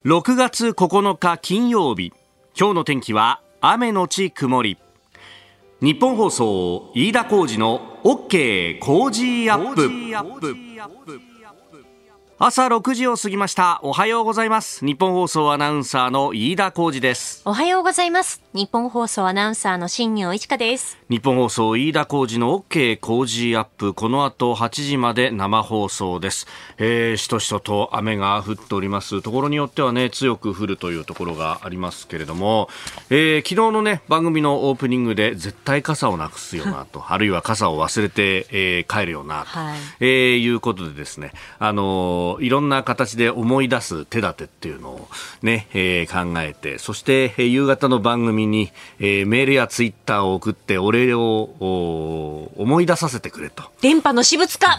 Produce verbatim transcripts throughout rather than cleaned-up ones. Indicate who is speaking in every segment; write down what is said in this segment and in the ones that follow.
Speaker 1: ろくがつここのか金曜日、今日の天気は雨のち曇り。日本放送飯田浩司の OK 工事アップ。朝ろくじを過ぎました。おはようございます。日本放送アナウンサーの飯田浩司です。
Speaker 2: おはようございます。日本放送アナウンサーの新業一華です。
Speaker 1: 日本放送飯田浩司の OK 工事アップ、この後はちじまで生放送です。えー、しとしとと雨が降っております。ところによってはね、強く降るというところがありますけれども、えー、昨日のね番組のオープニングで絶対傘をなくすよなとあるいは傘を忘れて、えー、帰るよなと、はいえー、いうことでですね、あのーいろんな形で思い出す手立てっていうのをね、えー、考えて、そして、えー、夕方の番組に、えー、メールやツイッターを送ってお礼を思い出させてくれと。
Speaker 2: 電波の私物化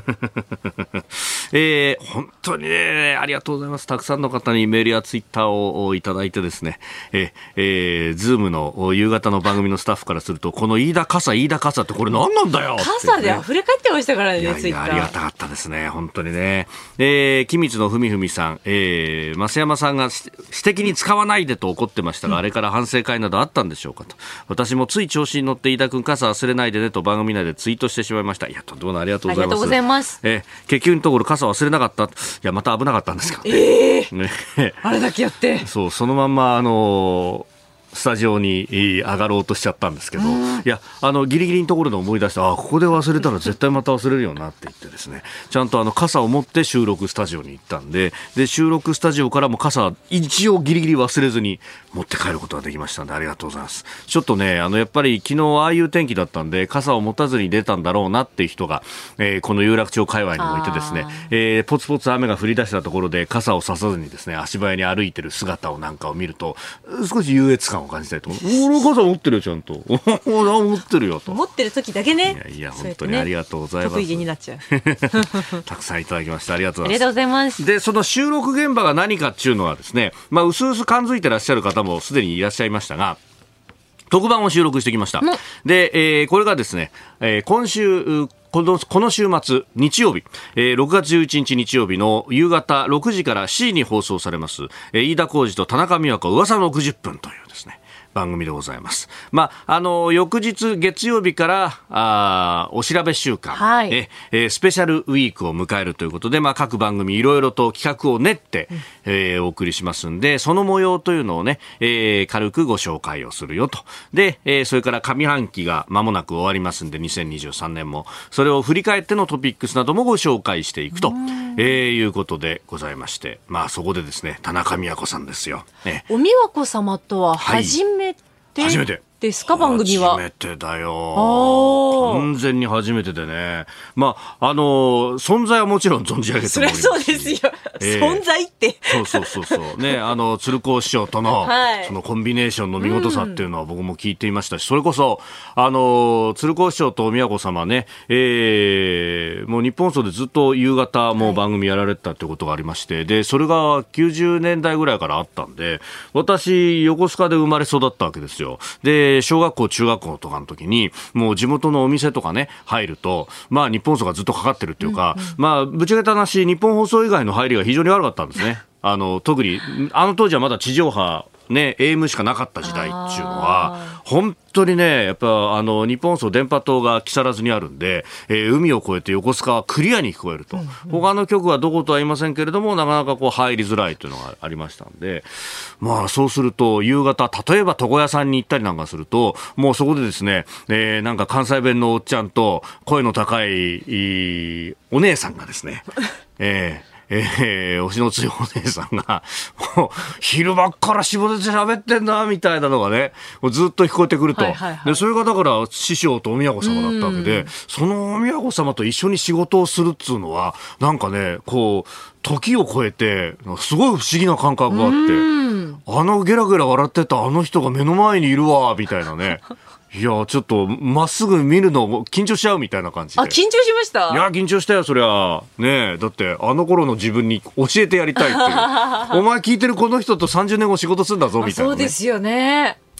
Speaker 1: えー、本当にねありがとうございます。たくさんの方にメールやツイッターをいただいてですね、えーえー、ズームの夕方の番組のスタッフからすると、この飯田傘飯田傘ってこれ何なんだよって、ね、
Speaker 2: 傘で溢れ返ってましたからね。
Speaker 1: いやいや
Speaker 2: ツイッター
Speaker 1: ありがたかったですね本当にね。えー、君津のふみふみさん、えー、増山さんが私的に使わないでと怒ってましたが、うん、あれから反省会などあったんでしょうかと。私もつい調子に乗って飯田君傘忘れないでねと番組内でツイートしてしまいました。いやとんでもない、ありがとうございます。ありがとうございます。えー、結局のところ傘忘れなかった。いやまた危なかったんですけど、
Speaker 2: えーね、あれだけやって
Speaker 1: そうそのまんまあのースタジオに上がろうとしちゃったんですけど、いやあのギリギリのところで思い出して、あここで忘れたら絶対また忘れるよなって言ってですね、ちゃんとあの傘を持って収録スタジオに行ったんで、で収録スタジオからも傘一応ギリギリ忘れずに持って帰ることができましたんで、ありがとうございます。ちょっとねあのやっぱり昨日ああいう天気だったんで傘を持たずに出たんだろうなっていう人が、えー、この有楽町界隈にもいてですね、えー、ポツポツ雨が降り出したところで傘を差さずにですね足早に歩いてる姿をなんかを見ると少し優越感を感じたいと思う。俺傘持ってるよちゃんと持ってるよと。
Speaker 2: 持ってる時だけね。
Speaker 1: いやいや本当にありがとうございます。
Speaker 2: 得意げになっちゃう
Speaker 1: たくさんいただきました。ありがとうございます。
Speaker 2: ありがとうございます。
Speaker 1: でその収録現場が何かっていうのはですね、まあうすうす感づいてらっしゃる方もすでにいらっしゃいましたが、特番を収録してきました。で、えー、これがですね、えー、今週この、この週末日曜日、えー、ろくがつじゅういちにち日曜日の夕方ろくじからしちじに放送されます、えー、飯田浩司と田中美和子噂のろくじゅっぷんというですね番組でございます。まあ、あの翌日月曜日からあお調べ週間、はいええー、スペシャルウィークを迎えるということで、まあ、各番組いろいろと企画を練って、うんえー、お送りしますんで、その模様というのをね、えー、軽くご紹介をするよと。で、えー、それから上半期が間もなく終わりますんでにせんにじゅうさんねんもそれを振り返ってのトピックスなどもご紹介していくと、えー、いうことでございまして、まあ、そこでですね田中美和子さんですよ、ね、
Speaker 2: お美和子様とは初めて、はい
Speaker 1: 初めて
Speaker 2: ですか番組は。
Speaker 1: 初めてだよ。完全に初めてでね。まああの存在はもちろん存じ上げておりますし。
Speaker 2: そりゃそうですよ。えー、存在って。
Speaker 1: そうそうそうそうねあの鶴光師匠との、はい、そのコンビネーションの見事さっていうのは僕も聞いていましたし、それこそあの鶴光師匠と宮子様ね、えー、もう日本放送でずっと夕方も番組やられてたってことがありまして、はい、でそれがきゅうじゅうねんだいぐらいからあったんで、私横須賀で生まれ育ったわけですよ。で小学校中学校とかの時にもう地元のお店とかね入ると、まあ日本放送がずっとかかってるっていうか、うんうん、まあぶち上げた話日本放送以外の入りが非常に悪かったんですね。あの特にあの当時はまだ地上波ね、エーエム しかなかった時代っていうのは本当にねやっぱあの日本放送電波塔が木更津にあるんで、えー、海を越えて横須賀はクリアに聞こえると、うんうん、他の局はどことは言いませんけれどもなかなかこう入りづらいというのがありましたんで、まあそうすると夕方例えば床屋さんに行ったりなんかするともうそこでですね、えー、なんか関西弁のおっちゃんと声の高いお姉さんがですねえーえー、推しの強いお姉さんがもう昼間っから下出て喋ってんなみたいなのがねもうずっと聞こえてくると、はいはいはい、でそれがだから師匠とお宮子様だったわけで、そのお宮子様と一緒に仕事をするっつうのはなんかねこう時を超えてすごい不思議な感覚があって、あのゲラゲラ笑ってたあの人が目の前にいるわみたいなねいやちょっとまっすぐ見るの緊張しちゃうみたいな感じで。
Speaker 2: あ、緊張しました。
Speaker 1: いや緊張したよそりゃねえ。だってあの頃の自分に教えてやりたいっていうお前聞いてるこの人とさんじゅうねんご仕事するんだぞみたいな、ね、
Speaker 2: そうですよね。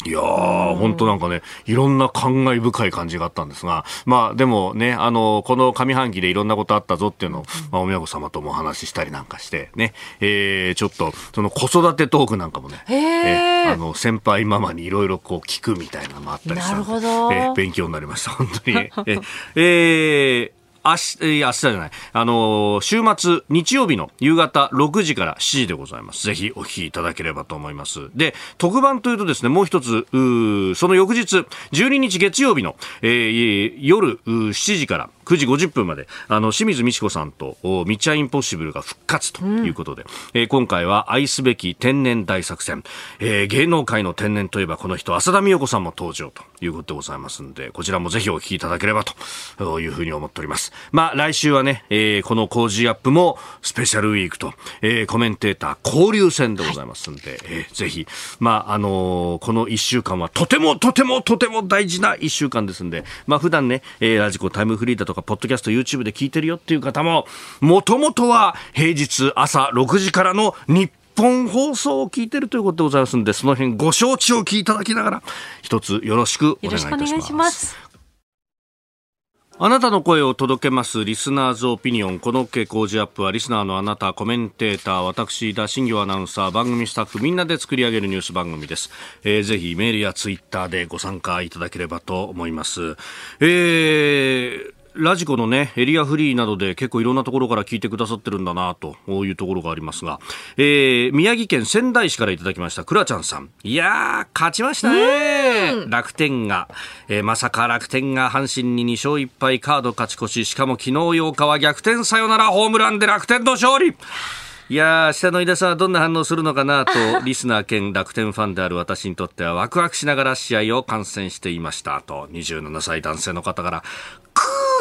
Speaker 1: いやー、本当なんかね、いろんな感慨深い感じがあったんですが、まあでもね、あの、この上半期でいろんなことあったぞっていうのを、まあ、お宮子様ともお話ししたりなんかしてね、えー、ちょっと、その子育てトークなんかもね、えー、あの、先輩ママにいろいろこう聞くみたいなのもあったりしたので、なるほど、えー、勉強になりました、本当に。えー、えー明日、いや、明日じゃない。あのー、週末、日曜日の夕方ろくじからしちじでございます。ぜひお聞きいただければと思います。で、特番というとですね、もう一つ、うその翌日、じゅうににち月曜日の、えー、夜しちじからくじごじゅっぷんまで、あの、清水美智子さんと、ミッチャーインポッシブルが復活ということで、うんえー、今回は愛すべき天然大作戦、えー、芸能界の天然といえばこの人、浅田美代子さんも登場ということでございますので、こちらもぜひお聞きいただければというふうに思っております。まあ、来週はね、えー、この工事アップもスペシャルウィークと、えー、コメンテーター交流戦でございますので、はいえー、ぜひ、まあ、あのー、このいっしゅうかんはとてもとてもとても大事ないっしゅうかんですので、まあ、普段ね、えー、ラジコタイムフリーだとか、ポッドキャスト、YouTube で聞いてるよっていう方も、もともとは平日朝ろくじからの日本放送を聞いてるということでございますので、その辺ご承知おきいただきながら、一つよろしくお願いいたします。よろしくお願いします。あなたの声を届けますリスナーズオピニオン。この OK 工事アップはリスナーのあなた、コメンテーター、私田新行アナウンサー、番組スタッフみんなで作り上げるニュース番組です。えー、ぜひメールやツイッターでご参加いただければと思います。えーラジコのね、エリアフリーなどで結構いろんなところから聞いてくださってるんだなというところがありますが、えー、宮城県仙台市からいただきました、くらちゃんさん。いやー、勝ちましたね。楽天が、えー、まさか楽天が阪神ににしょういっぱいカード勝ち越し、しかも昨日ようかは逆転サヨナラホームランで楽天の勝利。いやー、下の井田さんはどんな反応するのかなと、リスナー兼楽天ファンである私にとってはワクワクしながら試合を観戦していましたと、にじゅうななさい男性の方から、く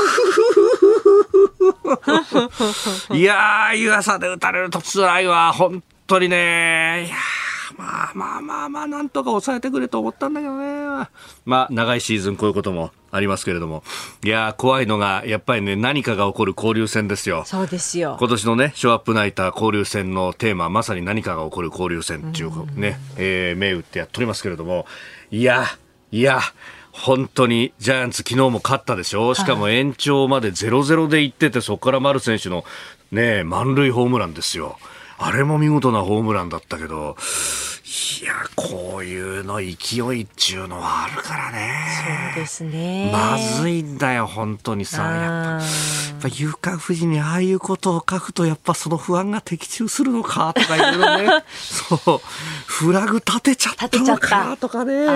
Speaker 1: ーいやー、湯浅で打たれると辛いわ、本当にね。いやまあまあまあまあなんとか抑えてくれと思ったんだけどね。まあ長いシーズンこういうこともありますけれども、いや怖いのがやっぱりね、何かが起こる交流戦ですよ。
Speaker 2: そうですよ。
Speaker 1: 今年のねショーアップナイター交流戦のテーマはまさに何かが起こる交流戦っていうね、えー、銘打ってやっておりますけれども、いやいや本当にジャイアンツ昨日も勝ったでしょ。しかも延長まで ゼロゼロ で行ってて、そこから丸選手のね満塁ホームランですよ。あれも見事なホームランだったけど、いやこういうの勢いっていうのはあるからね。
Speaker 2: そうですね。
Speaker 1: まずいんだよ本当にさ。やっぱ、やっぱ遊郭富士にああいうことを書くとやっぱその不安が的中するのかとかいろいろねそうフラグ立てちゃったのかとかね。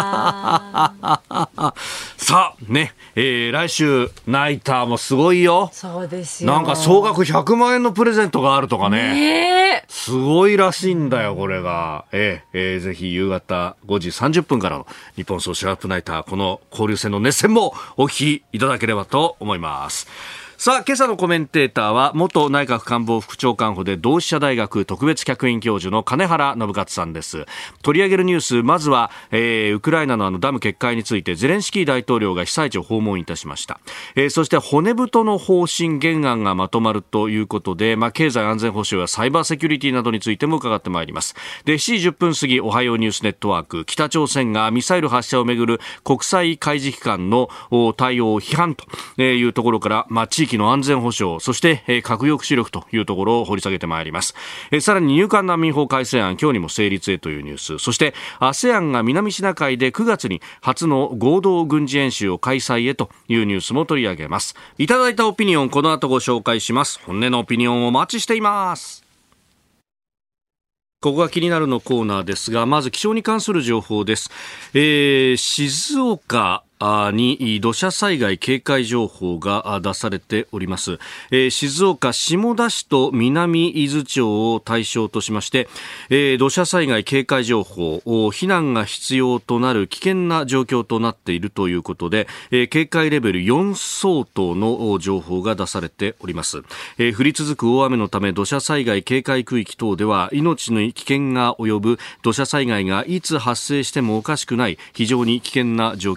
Speaker 1: さあね、えー、来週ナイターもすごいよ。
Speaker 2: そうですよ。
Speaker 1: なんか総額ひゃくまんえんのプレゼントがあるとかね。
Speaker 2: ね
Speaker 1: すごいらしいんだよこれが。えーえー、ぜひ夕方ごじさんじゅっぷんからの日本ソーシャルアップナイター、この交流戦の熱戦もお聞きいただければと思います。さあ今朝のコメンテーターは元内閣官房副長官補で同志社大学特別客員教授の金原信勝さんです。取り上げるニュース、まずは、えー、ウクライナのあのダム決壊についてゼレンスキー大統領が被災地を訪問いたしました。えー、そして骨太の方針原案がまとまるということで、まあ、経済安全保障やサイバーセキュリティなどについても伺ってまいります。でしちじじゅっぷん過ぎ、おはようニュースネットワーク、北朝鮮がミサイル発射をめぐる国際海事機関の対応を批判というところから、まあ、地域の安全保障、そして、えー、核抑止力というところを掘り下げてまいります。えー、さらに入管難民法改正案、今日にも成立へというニュース、そして アセアン が南シナ海でくがつに初の合同軍事演習を開催へというニュースも取り上げます。いただいたオピニオン、この後ご紹介します。本音のオピニオンをお待ちしています。ここが気になるのコーナーですが、まず気象に関する情報です。えー、静岡に土砂災害警戒情報が出されております。えー、静岡下田市と南伊豆町を対象としまして、えー、土砂災害警戒情報、避難が必要となる危険な状況となっているということで、えー、警戒レベルよん相当の情報が出されております。えー、降り続く大雨のため土砂災害警戒区域等では命の危険が及ぶ土砂災害がいつ発生してもおかしくない非常に危険な状況であります。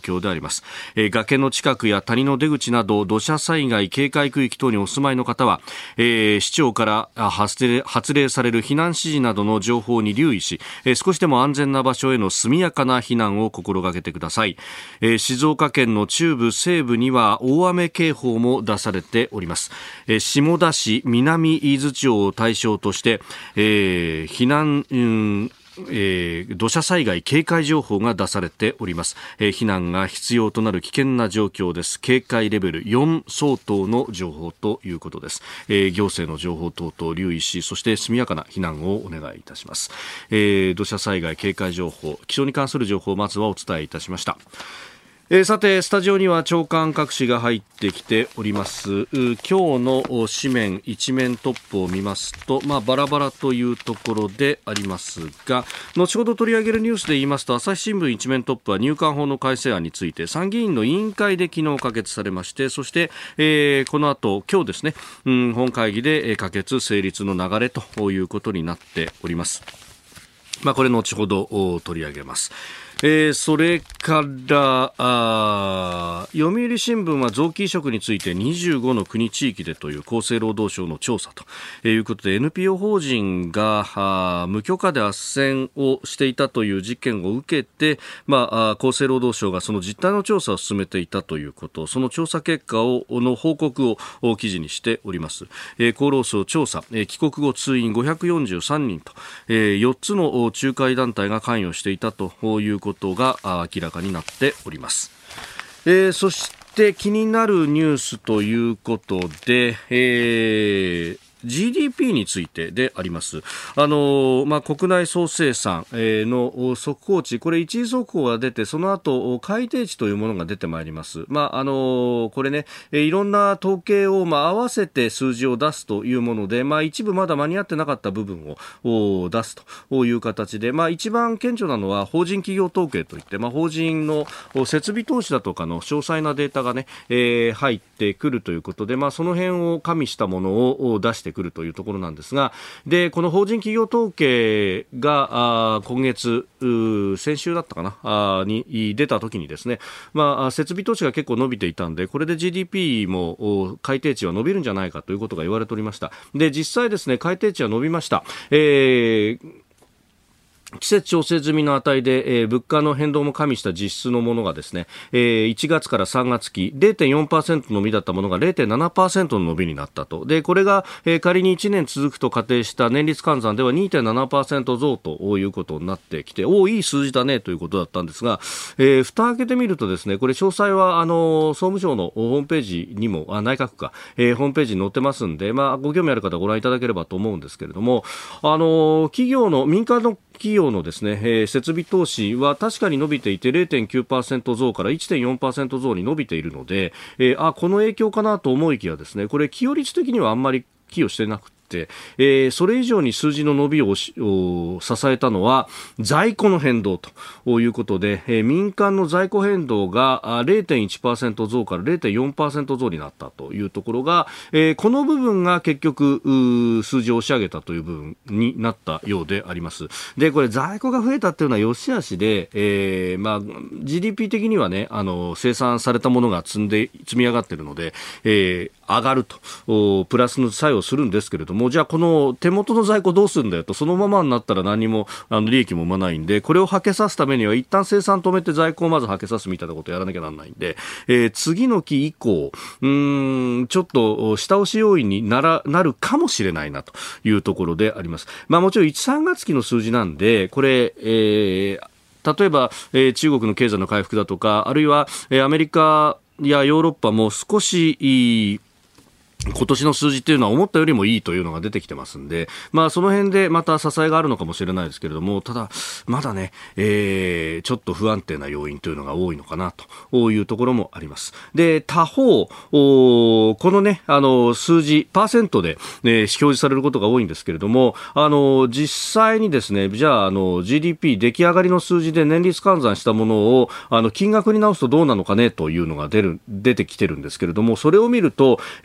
Speaker 1: ます。えー、崖の近くや谷の出口など土砂災害警戒区域等にお住まいの方は、えー、市長から発令、発令される避難指示などの情報に留意し、えー、少しでも安全な場所への速やかな避難を心がけてください。えー、静岡県の中部西部には大雨警報も出されております。えー、下田市南伊豆町を対象として、えー、避難、うんえー、土砂災害警戒情報が出されております。えー、避難が必要となる危険な状況です。警戒レベルよん相当の情報ということです。えー、行政の情報等々留意し、そして速やかな避難をお願いいたします。えー、土砂災害警戒情報、気象に関する情報をまずはお伝えいたしました。えー、さてスタジオには朝刊各紙が入ってきております。今日の紙面一面トップを見ますと、まあ、バラバラというところでありますが、後ほど取り上げるニュースで言いますと、朝日新聞一面トップは入管法の改正案について参議院の委員会で昨日可決されまして、そして、えー、この後今日ですね、うん、本会議で可決成立の流れということになっております。まあ、これ後ほど取り上げます。えー、それからあ読売新聞は臓器移植についてにじゅうごの国地域でという厚生労働省の調査ということで エヌピーオー 法人が無許可で斡旋をしていたという事件を受けて、まあ、厚生労働省がその実態の調査を進めていたということ、その調査結果をの報告を記事にしております。えー、厚労省調査、えー、帰国後通院ごひゃくよんじゅうさんにんと、えー、よっつの仲介団体が関与していたということことが明らかになっております。えー、そして気になるニュースということで、えージーディーピー についてであります。あの、まあ、国内総生産の速報値、これ一時速報が出て、その後、改定値というものが出てまいります。まあ、あの、これね、いろんな統計を、まあ、合わせて数字を出すというもので、まあ、一部まだ間に合ってなかった部分を出すという形で、まあ、一番顕著なのは、法人企業統計といって、まあ、法人の設備投資だとかの詳細なデータがね、えー、入ってくるということで、まあ、その辺を加味したものを出してくるというところなんですが、でこの法人企業統計があ今月先週だったかなあに出た時にですね、まあ、設備投資が結構伸びていたんで、これで ジーディーピー も改定値は伸びるんじゃないかということが言われておりました。で実際ですね、改定値は伸びました。えー季節調整済みの値で、えー、物価の変動も加味した実質のものがですね、えー、いちがつからさんがつ期 れいてんよんパーセント の伸びだったものが れいてんななパーセント の伸びになったと。でこれが、えー、仮にいちねん続くと仮定した年率換算では にてんななパーセント 増ということになってきて、おいい数字だねということだったんですが、えー、蓋開けてみるとですね、これ詳細はあの総務省のホームページにもあ内閣府か、えー、ホームページに載ってますんで、まあ、ご興味ある方ご覧いただければと思うんですけれども、あの企業の民間の企業のですね、えー、設備投資は確かに伸びていて れいてんきゅうパーセント 増から いってんよんパーセント 増に伸びているので、えー、あこの影響かなと思いきやですね、これ寄与率的にはあんまり寄与してなくて、えー、それ以上に数字の伸びを支えたのは在庫の変動ということで、えー、民間の在庫変動が れいてんいちパーセント 増から れいてんよんパーセント 増になったというところが、えー、この部分が結局数字を押し上げたという部分になったようであります。でこれ在庫が増えたっていうのは良し悪しで、えーまあ、ジーディーピー 的にはね、あの生産されたものが積んで積み上がっているので、えー、上がるとプラスの作用するんですけれども、もうじゃあこの手元の在庫どうするんだよと、そのままになったら何もあの利益も生まないんで、これをはけさすためには一旦生産止めて在庫をまずはけさすみたいなことをやらなきゃならないんで、えー、次の期以降うーんちょっと下押し要因にならなるかもしれないなというところであります。まあもちろんいち、さんがつ期の数字なんで、これ、えー、例えば、えー、中国の経済の回復だとか、あるいは、えー、アメリカやヨーロッパも少しいい今年の数字っていうのは思ったよりもいいというのが出てきてますんで、まあその辺でまた支えがあるのかもしれないですけれども、ただまだね、えー、ちょっと不安定な要因というのが多いのかなというところもあります。で他方このねあの数字パーセントで、ね、表示されることが多いんですけれども、あの実際にですね、じゃああの ジーディーピー 出来上がりの数字で年率換算したものをあの金額に直すとどうなのかねというのが出る出てきてるんですけれども、それを見ると、えー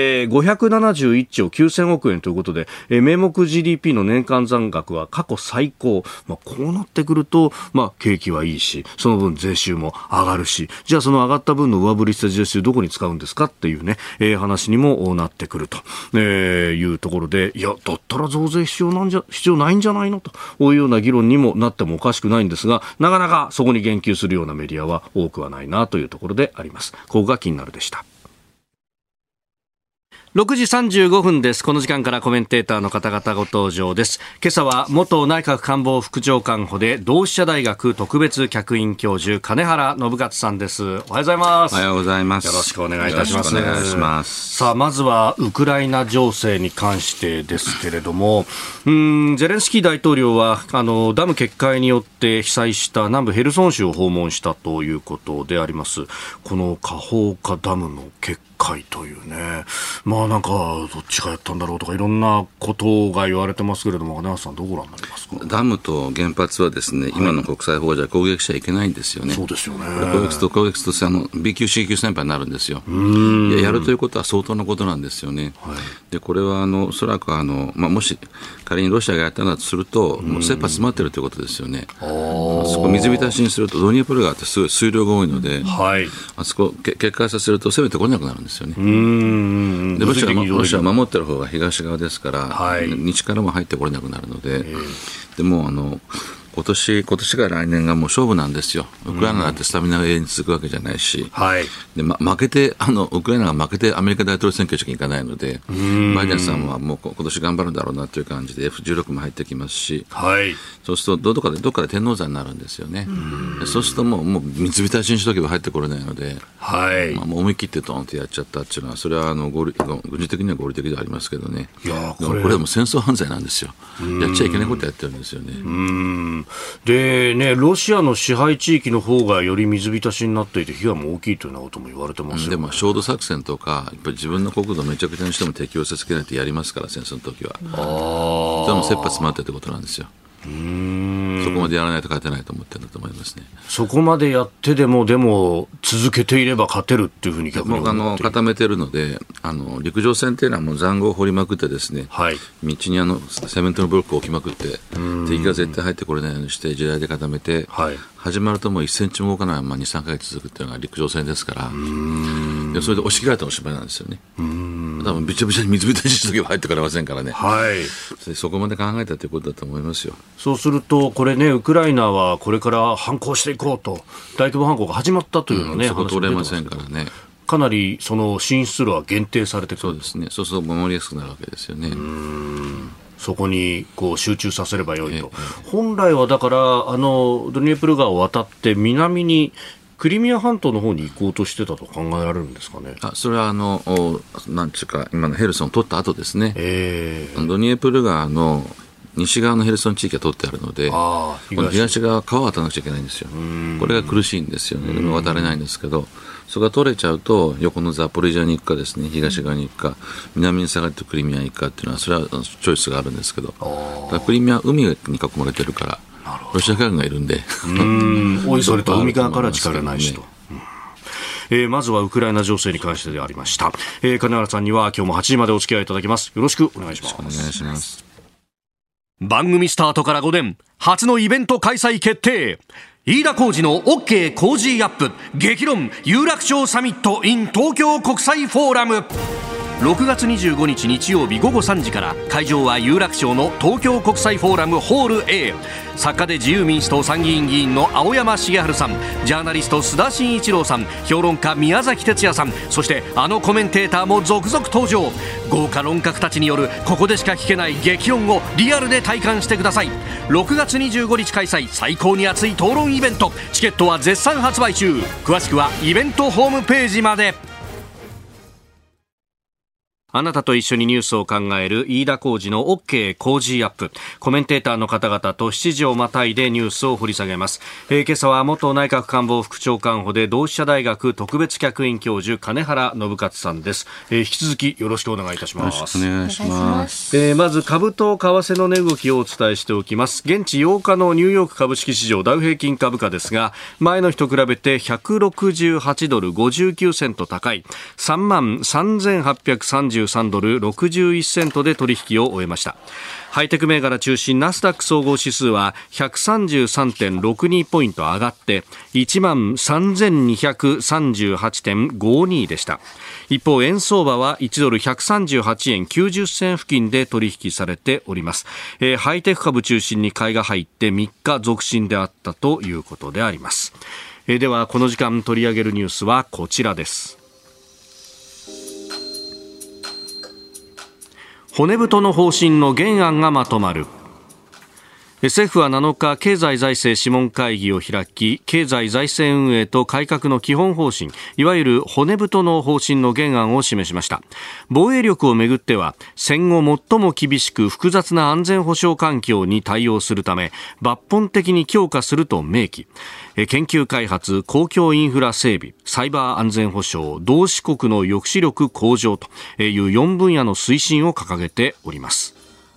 Speaker 1: えー、ごひゃくななじゅういっちょうきゅうせんおくえんということで、えー、名目 ジーディーピー の年間残額は過去最高。まあ、こうなってくると、まあ、景気はいいし、その分税収も上がるし、じゃあその上がった分の上振りした税収どこに使うんですかっていうね、えー、話にもなってくると、えー、いうところで、いや、だったら増税必要なんじゃ、必要ないんじゃないのというような議論にもなってもおかしくないんですが、なかなかそこに言及するようなメディアは多くはないなというところであります。ここが気になるでした。ろくじさんじゅうごふんです。この時間からコメンテーターの方々ご登場です。今朝は元内閣官房副長官補で同志社大学特別客員教授金原信勝さんです。おはようございます。
Speaker 3: おはようございます。
Speaker 1: よろしくお願いいたします。
Speaker 3: よろしくお願いします。
Speaker 1: さあ、まずはウクライナ情勢に関してですけれども、うーんゼレンスキー大統領はあのダム決壊によって被災した南部ヘルソン州を訪問したということであります。このカホウカダムの決壊というね、まあなんかどっちがやったんだろうとかいろんなことが言われてますけれども、金橋さんどうご覧になりますか？
Speaker 3: ダムと原発はですね、はい、今の国際法じゃ攻撃しちゃいけないんですよね。
Speaker 1: そうですよね。
Speaker 3: 攻撃と攻撃とあの ビー 級 シー 級戦敗になるんですよ。うーん、いや、やるということは相当なことなんですよね。はい、でこれはあのおそらくあの、まあ、もし仮にロシアがやったのだとすると、もう切羽詰まっているということですよね。あそこ水浸しにするとドニエプル川ってすごい水量が多いので、はい、あそこ決壊させると攻めてこれなくなるんですよね。うーん、でロシアロシアを守っている方が東側ですから、はい、西からも入ってこれなくなるので、でもあの今年、今年から来年がもう勝負なんですよ。ウクライナだってスタミナが永遠に続くわけじゃないし、はい、でま、負けてあのウクライナが負けてアメリカ大統領選挙しか行かないので、バイデンさんはもう今年頑張るんだろうなという感じで エフじゅうろく も入ってきますし、はい、そうするとどこかでどこかで天王山になるんですよね。うそうするともう、もう水浸しにしとけば入ってこれないので、はい、まあ、もう思い切ってドーンとやっちゃったっていうのは、それはあの合理軍事的には合理的ではありますけどね。いやこれ、これはもう戦争犯罪なんですよ。やっちゃいけないことやってるんですよね。
Speaker 1: うーんでね、ロシアの支配地域の方がより水浸しになっていて被害も大きいというようなことも言われてますよね。
Speaker 3: でも焦土作戦とかやっぱり自分の国土をめちゃくちゃにしても敵を寄せつけないとやりますから、戦争の時は。あそれも切羽詰まってってことなんですよ。うーん、そこまでやらないと勝てないと思ってるんだと思いますね。
Speaker 1: そこまでやってでもでも続けていれば勝てるっていうふうに逆に思っている。
Speaker 3: もうあの固めてるので、あの陸上戦っていうのはもう塹壕を掘りまくってですね、はい、道にあのセメントのブロックを置きまくって敵が絶対入ってこれないようにして地雷で固めて、はい、始まるともういっセンチも動かないままに、さんかげつ続くっていうのが陸上戦ですから、うーん、でそれで押し切られたおしまいなんですよね。うーん、多分びちゃびちゃに水浸しにしとけば入ってこれませんからね。はい、そこまで考えたということだと思いますよ。
Speaker 1: そうするとこれね、ウクライナはこれから反攻していこうと大規模反攻が始まったというのね、うん、
Speaker 3: そこ取れませんからね。
Speaker 1: かなりその進出路は限定されてくる。
Speaker 3: そうですね。そうすると守りやすくなるわけですよね。うー
Speaker 1: ん、そこにこう集中させればよいと、ええ、本来はだからあのドニエプル川を渡って南にクリミア半島の方に行こうとしてたと考えられるんですかね。
Speaker 3: あそれはあのなんていうか今のヘルソンを取った後ですね、えー、ドニエプル川の西側のヘルソン地域は取ってあるので、あ東この東側川を渡らなくちゃいけないんですよ。これが苦しいんですよね。でも渡れないんですけど、それが取れちゃうと横のザポリージャに行くかですね、東側に行くか南に下がってクリミアに行くかっていうのはそれはチョイスがあるんですけど、だクリミアは海に囲まれてるからロシア軍がいるんで、う
Speaker 1: ーんおいそれと海側から力ないしと。えー、まずはウクライナ情勢に関してでありました。えー、金原さんには今日もはちじまでお付き合いいただきます。よろしくお願いします。
Speaker 3: お願いします。
Speaker 1: 番組スタートからごねん初のイベント開催決定。飯田浩司の OK 工事アップ激論有楽町サミット in 東京国際フォーラム。ろくがつにじゅうごにち日曜日ごごさんじから、会場は有楽町の東京国際フォーラムホール A。 作家で自由民主党参議院議員の青山茂春さん、ジャーナリスト須田慎一郎さん、評論家宮崎哲也さん、そしてあのコメンテーターも続々登場。豪華論客たちによるここでしか聞けない激論をリアルで体感してください。ろくがつにじゅうごにち開催、最高に熱い討論イベント。チケットは絶賛発売中。詳しくはイベントホームページまで。あなたと一緒にニュースを考える飯田浩司の OK 工事アップ。コメンテーターの方々としちじをまたいでニュースを掘り下げます。えー、今朝は元内閣官房副長官補で同志社大学特別客員教授金原信勝さんです。えー、引き続きよろしくお願いいたします。
Speaker 3: よろしくお願いします。
Speaker 1: えー、まず株と為替の値動きをお伝えしておきます。現地ようかのニューヨーク株式市場ダウ平均株価ですが、前の日と比べてひゃくろくじゅうはちドルごじゅうきゅうセント高い さんまんさんぜんはっぴゃくさんじゅうじゅうさんドルろくじゅういちセントで取引を終えました。ハイテク銘柄中心ナスダック総合指数は ひゃくさんじゅうさんてんろくに ポイント上がって いちまんさんぜんにひゃくさんじゅうはちてんごに でした。一方円相場はいちドルひゃくさんじゅうはちえんきゅうじゅっせん付近で取引されております。えー、ハイテク株中心に買いが入ってみっか続伸であったということであります。えー、ではこの時間取り上げるニュースはこちらです。骨太の方針の原案がまとまる。政府はなのか経済財政諮問会議を開き、経済財政運営と改革の基本方針、いわゆる骨太の方針の原案を示しました。防衛力をめぐっては戦後最も厳しく複雑な安全保障環境に対応するため抜本的に強化すると明記。研究開発、公共インフラ整備、サイバー安全保障、同志国の抑止力向上というよん分野の推進を掲げております。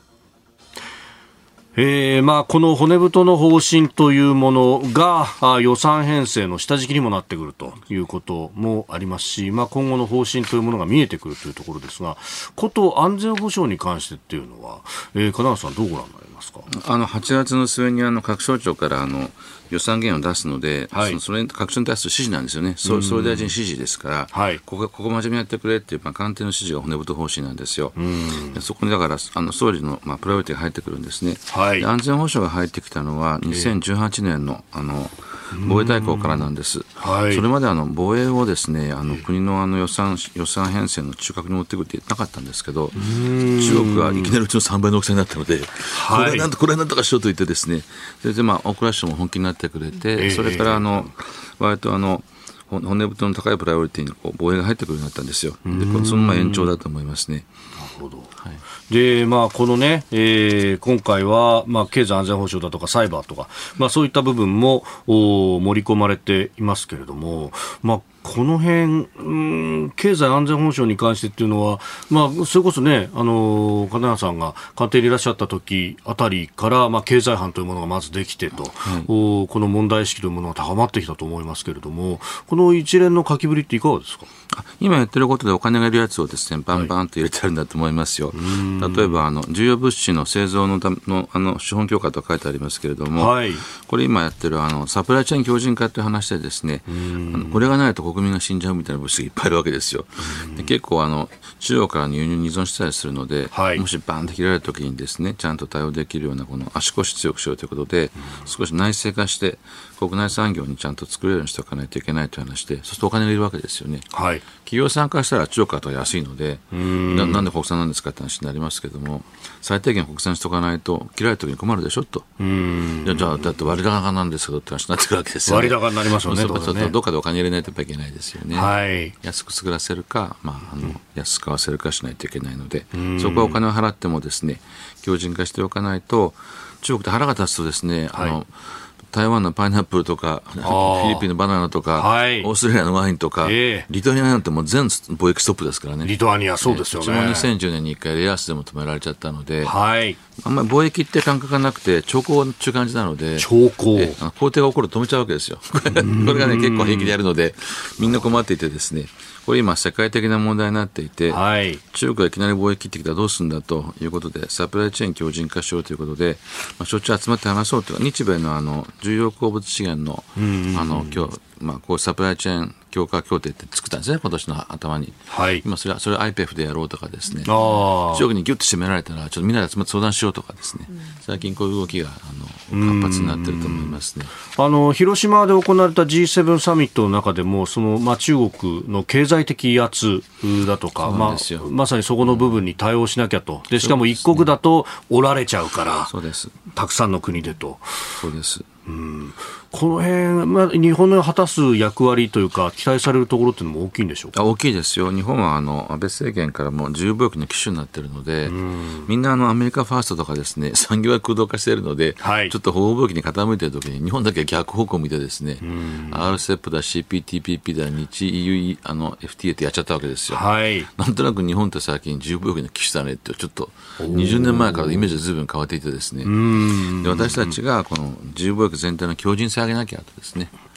Speaker 1: えーまあ、この骨太の方針というものが予算編成の下敷きにもなってくるということもありますし、まあ、今後の方針というものが見えてくるというところですが、こと安全保障に関してっていうのは、えー、金永さんどうご覧になりますか。
Speaker 3: あのはちがつの末にあの各省庁からあの予算減を出すので、はい、そ, それ各省に対する指示なんですよね。総理大臣指示ですから、はい、ここここ真面目にやってくれっていう、まあ、官邸の指示が骨太方針なんですよ。でそこにだからあの総理の、まあ、プライオリティが入ってくるんですね。はい、で安全保障が入ってきたのはにせんじゅうはちねん の, あの防衛大綱からなんです。はい、それまであの防衛をですね、あの国のあの予算予算編成の中核に持ってくるってなかったんですけど、中国がいきなりうちのさんばいの大きさになったので、はい、これはなんとこれはなんとかしようと言ってですね、それでまあ大蔵省も本気になってくれて、それからあの割とあの骨太の高いプライオリティにこう防衛が入ってくるようになったんですよ。でそのまあ延長だと思いますね。
Speaker 1: なるほど。はい、でまあ、このね、えー、今回は、まあ、経済安全保障だとかサイバーとか、まあ、そういった部分も盛り込まれていますけれども、まあこの辺、うん、経済安全保障に関してっていうのは、まあ、それこそね、あの金谷さんが官邸にいらっしゃった時あたりから、まあ、経済班というものがまずできてと、はい、この問題意識というものが高まってきたと思いますけれども、この一連の書きぶりっていかがですか。
Speaker 3: 今やってることでお金がいるやつをですねバンバンと入れてあるんだと思いますよ。はい、例えばあの重要物資の製造 の, の, あの資本強化と書いてありますけれども、はい、これ今やってるあのサプライチェーン強靭化という話でですね、あのこれがないと国民が死んじゃうみたいな物資がいっぱいあるわけですよ。で結構あの中国からの輸入に依存したりするので、はい、もしバーンと切られた時にですねちゃんと対応できるようなこの足腰強くしようということで、少し内製化して国内産業にちゃんと作れるようにしておかないといけないという話で、そうするとお金がいるわけですよね。はい、企業さんからしたら中国から安いので、ん な, なんで国産なんですかって話になりますけども、最低限国産しておかないと切られた時に困るでしょと。うんじゃあだって割高なんですけどって話になってくるわけですよね。
Speaker 1: 割高になりますよね。
Speaker 3: そうするとどっかでお金入れないといけないですよね。はい、安く作らせるか、まあ、あの安く買わせるかしないといけないので、そこはお金を払ってもですね強靭化しておかないと、中国で腹が立つとですね、はい、あの台湾のパイナップルとかフィリピンのバナナとか、はい、オーストラリアのワインとか、えー、リトアニアなんてもう全貿易ストップですからね。
Speaker 1: リトアニアそうですよね。
Speaker 3: うちもにせんじゅうねんにいっかいレアアースでも止められちゃったので、はい、あんまり貿易って感覚がなくて兆候っていう感じなので、
Speaker 1: 兆候
Speaker 3: 工程が起こると止めちゃうわけですよ。これがね結構平気でやるのでみんな困っていてですね、これ今世界的な問題になっていて、はい、中国がいきなり貿易切ってきたらどうするんだということでサプライチェーン強靭化しようということで、まあ、しょっちゅう集まって話そうというか、日米のあの重要鉱物資源の、あの今日、まあ、こうサプライチェーン強化協定って作ったんですね、今年の頭に。はい、今それはそれを アイペフ でやろうとかですね、中国にギュッと締められたらちょっとみんなで集まって相談しようとかですね、うん、最近こういう動きがあの活発になっていると思いますね。
Speaker 1: あの広島で行われた ジーセブン サミットの中でもその、まあ、中国の経済的威圧だとか、まあ、まさにそこの部分に対応しなきゃと。でしかも一国だと折られちゃうから、そうです、たくさんの国でと。
Speaker 3: そうです。
Speaker 1: うん、この辺、まあ、日本の果たす役割というか期待されるところっていうのも大きいんでしょうか。
Speaker 3: 大きいですよ。日本はあの安倍政権からも自由貿易の機種になっているので、うん、みんなあのアメリカファーストとかですね産業が空洞化しているので、はい、ちょっと保護貿易に傾いているときに日本だけ逆方向を見てですね、うん、アールセップ だ シーピーティーピーピー だ日 イーユー あの エフティーエー ってやっちゃったわけですよ。はい、なんとなく日本って最近自由貿易の機種だねってちょっとにじゅうねんまえからイメージがずいぶん変わっていてですね、うん、で私たちがこの自由貿易全体の強靭性を上げなきゃとですね、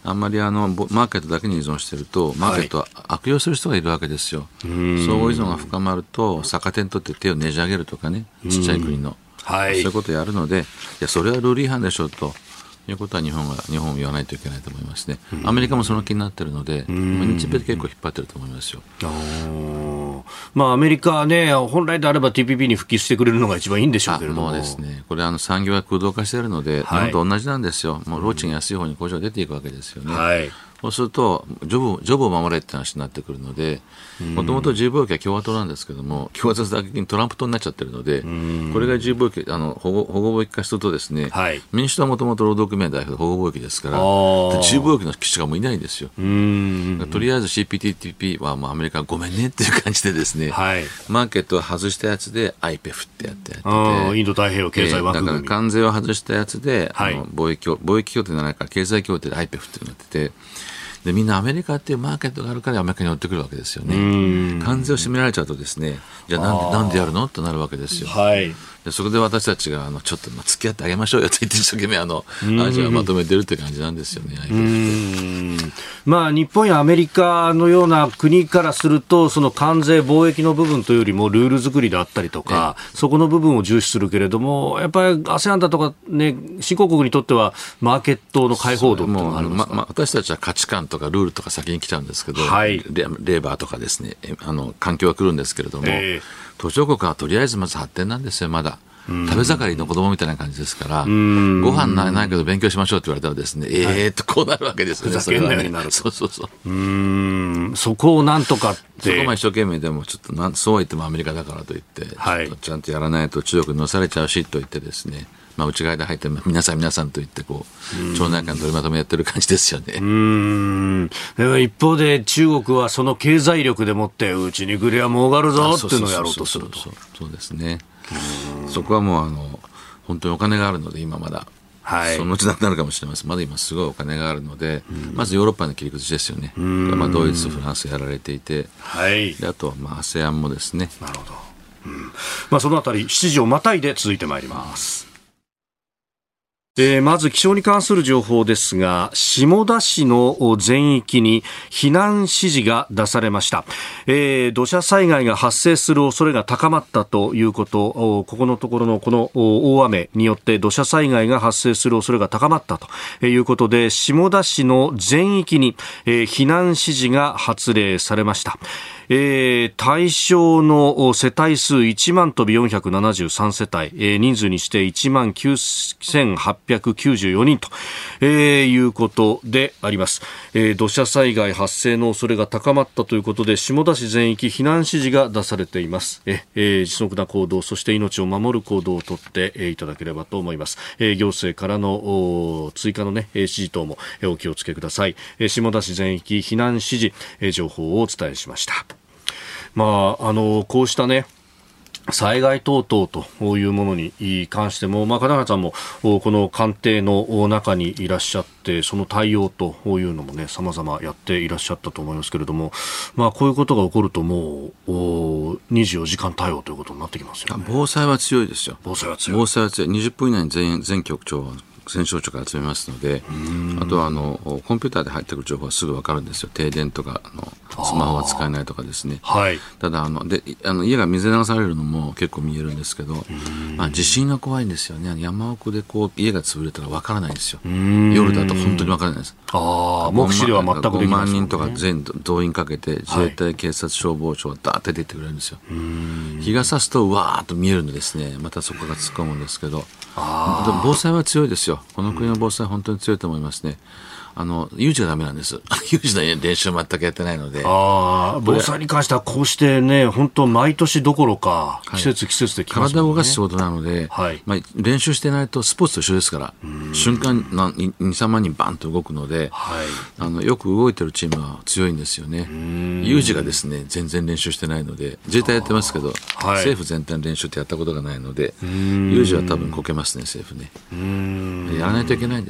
Speaker 3: あんまりあのマーケットだけに依存しているとマーケットは悪用する人がいるわけですよ。相互依存が深まると逆手にとって手をねじ上げるとかね、ちっちゃい国の、はい、そういうことをやるので、いやそれはルール違反でしょということは日本が日本を言わないといけないと思いますね。アメリカもその気になっているので、日米で結構引っ張っていると思いますよ。
Speaker 1: まあ、アメリカはね、本来であれば ティーピーピー に復帰してくれるのが一番いいんでしょうけれども。
Speaker 3: もうですね、これあの産業が空洞化しているので、はい、日本と同じなんですよ。もう労賃が安い方に工場が出ていくわけですよね。はい、そうするとジョブ、ジョブを守れって話になってくるので、もともと自由貿易は共和党なんですけども、共和党だけにトランプ党になっちゃってるので、これが自由貿易、あの保護、保護貿易化するとですね、はい、民主党はもともと労働組合代表で保護貿易ですから、自由貿易の記者がもういないんですよ。うんとりあえず シーピーティーティーピー はもうアメリカはごめんねっていう感じでですね、はい、マーケットを外したやつで アイペフ ってやってやってて、
Speaker 1: インド太平洋経済枠組み、
Speaker 3: えー、だから関税を外したやつで、はい、あの貿易貿易協定じゃないから経済協定で アイペフ ってなってて、でみんなアメリカっていうマーケットがあるからアメリカに寄ってくるわけですよね。関税を締められちゃうとですね、じゃあなんで、なんでやるのとなるわけですよ。はい、でそこで私たちがあのちょっとまあ付き合ってあげましょうよと言って一生懸命あのアジアをまとめてるって感じなんですよね。う
Speaker 1: ーん、まあ、日本やアメリカのような国からするとその関税貿易の部分というよりもルール作りであったりとか、そこの部分を重視するけれども、やっぱり アセアン だとか、ね、新興国にとってはマーケットの開放度っていうのがあるんですか。
Speaker 3: まま私たちは価値観とかルールとか先に来ちゃうんですけど、はい、レ, レーバーとかですね、あの環境が来るんですけれども、えー、途上国はとりあえずまず発展なんですよ。まだ食べ盛りの子供みたいな感じですから、ご飯ないないけど勉強しましょうって言われたらですね、えーっとこうなるわけですよね。
Speaker 1: ふざけんなようになる。
Speaker 3: そうそうそう。
Speaker 1: うーん、そこをなんとかって。
Speaker 3: そこも一生懸命でもちょっとなんそうは言ってもアメリカだからといって、はい、ちょっとちゃんとやらないと中国に乗されちゃうしと言ってですね、まあ、内側で入って皆さん皆さんと言ってこう町内会の取りまとめやってる感じですよね。うー
Speaker 1: ん、でも一方で中国はその経済力でもってうちに来りゃ儲かるぞっていうのをやろうとすると。
Speaker 3: そうですね。そこはもうあの本当にお金があるので今まだ、はい、そのうちなくなるかもしれません。まだ今すごいお金があるので、まずヨーロッパの切り口ですよね。まあ、ドイツフランスやられていて、はい、であとはまあ アセアン もですね。
Speaker 1: なるほど、うん、まあ、そのあたりしちじをまたいで続いてまいります。えー、まず気象に関する情報ですが、下田市の全域に避難指示が出されました。えー、土砂災害が発生する恐れが高まったということ、ここのところのこの大雨によって土砂災害が発生する恐れが高まったということで、下田市の全域に、えー、避難指示が発令されました。えー、対象の世帯数いちまんとびよんひゃくななじゅうさんせたい、えー、人数にしていちまんきゅうせんはっぴゃくきゅうじゅうよにんと、えー、いうことであります。えー、土砂災害発生の恐れが高まったということで、下田市全域避難指示が出されています。えー、持続な行動、そして命を守る行動をとって、えー、いただければと思います。えー、行政からの追加の、ね、指示等も、えー、お気をつけください。えー、下田市全域避難指示、えー、情報をお伝えしました。まあ、あのこうしたね災害等々というものに関しても、まあ、金原さんもこの官邸の中にいらっしゃってその対応というのもね様々やっていらっしゃったと思いますけれども、まあ、こういうことが起こるともうにじゅうよじかん対応ということになってきますよね。
Speaker 3: 防災は強いですよ。
Speaker 1: 防災は強い。
Speaker 3: 防災は強い。にじゅっぷん以内に 全, 全局長は全省庁から集めますので、あとはあのコンピューターで入ってくる情報はすぐ分かるんですよ。停電とかあのスマホが使えないとかですね、はい、ただあのであの家が水流されるのも結構見えるんですけど、まあ、地震が怖いんですよね。山奥でこう家が潰れたら分からないんですよ。夜だと本当に分からないです。
Speaker 1: あ目視では全くできないですよね。
Speaker 3: ごまんにんとか全動員かけて自衛隊、警察、消防庁がダーッて出てくれるんですよ。日が差すとわーっと見えるんでですね、またそこが突っ込むんですけど、あ防災は強いですよ。この国の防災は本当に強いと思いますね。あの有事がダメなんです。有事の練習全くやってないので。
Speaker 1: あ防災に関してはこうしてね本当毎年どころか季節、はい、季節で来ますもんね。
Speaker 3: 体を動かす仕事なので、はいまあ、練習してないとスポーツと一緒ですから瞬間に、さんまんにんバンと動くので、はい、あのよく動いてるチームは強いんですよね。有事がですね全然練習してないので、自衛隊やってますけど、はい、政府全体の練習ってやったことがないので有事は多分こけますね。政府ねやらないといけないんですよ。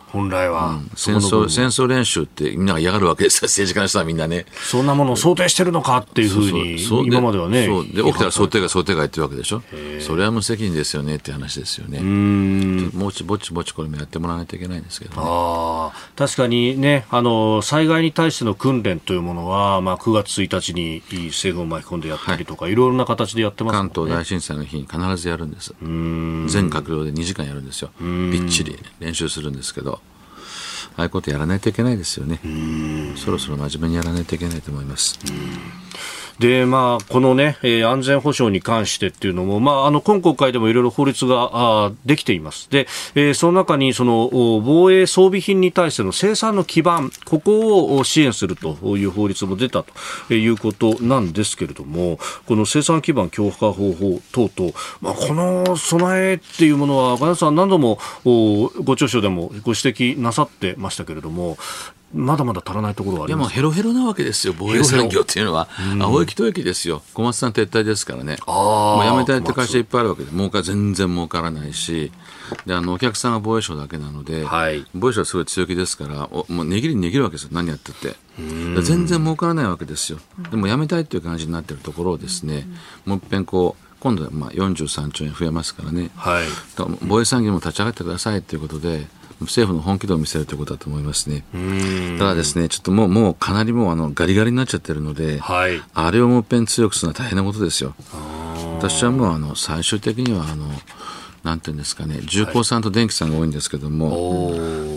Speaker 1: 本来は、
Speaker 3: うん、戦争戦争練習ってみんなが嫌がるわけですよ、政治家の人はみんなね。
Speaker 1: そんなものを想定してるのかっていうふうに今まではね、
Speaker 3: そうで起きたら想定外想定外っていうわけでしょ。それは無責任ですよねって話ですよね。うーん、もうちぼちぼちこれもやってもらわないといけないんですけどね。
Speaker 1: あ、確かにね、あの災害に対しての訓練というものは、まあ、くがつついたちに政府を巻き込んでやったりとか、はい、いろいろな形でやってますもんね。
Speaker 3: 関東大震災の日に必ずやるんです。うーん、全閣僚でにじかんやるんですよ。びっちり練習するんですけど、ああいうことやらないといけないですよね。うーん、そろそろ真面目にやらないといけないと思います。うーん、
Speaker 1: で、まあ、このね、えー、安全保障に関してっていうのも、まあ、あの今国会でもいろいろ法律があできています。で、えー、その中にその防衛装備品に対しての生産の基盤、ここを支援するという法律も出たということなんですけれども、この生産基盤強化方法等々、まあ、この備えっていうものは岡田さん何度もご著書でもご指摘なさってましたけれども、まだまだ足らないところはあります。
Speaker 3: いや、もうヘロヘロなわけですよ、防衛産業っていうのは。青木一駅ですよ、小松さん撤退ですからね。もうやめたいって会社いっぱいあるわけで、儲か全然儲からないし、であのお客さんは防衛省だけなので、はい、防衛省はすごい強気ですから、おもう値切りに値切るわけですよ、何やってって全然儲からないわけですよ。でもやめたいっていう感じになっているところをですね、もう一遍こう今度はまあよんじゅうさんちょうえん増えますからね、はい、防衛産業も立ち上がってくださいということで、政府の本気度を見せるということだと思いますね。ただですね、ちょっともう、もうかなりもうあのガリガリになっちゃってるので、はい、あれをもう一遍強くするのは大変なことですよ。私はもうあの最終的にはあのなんていうんですかね、重工さんと電気さんが多いんですけども、はい、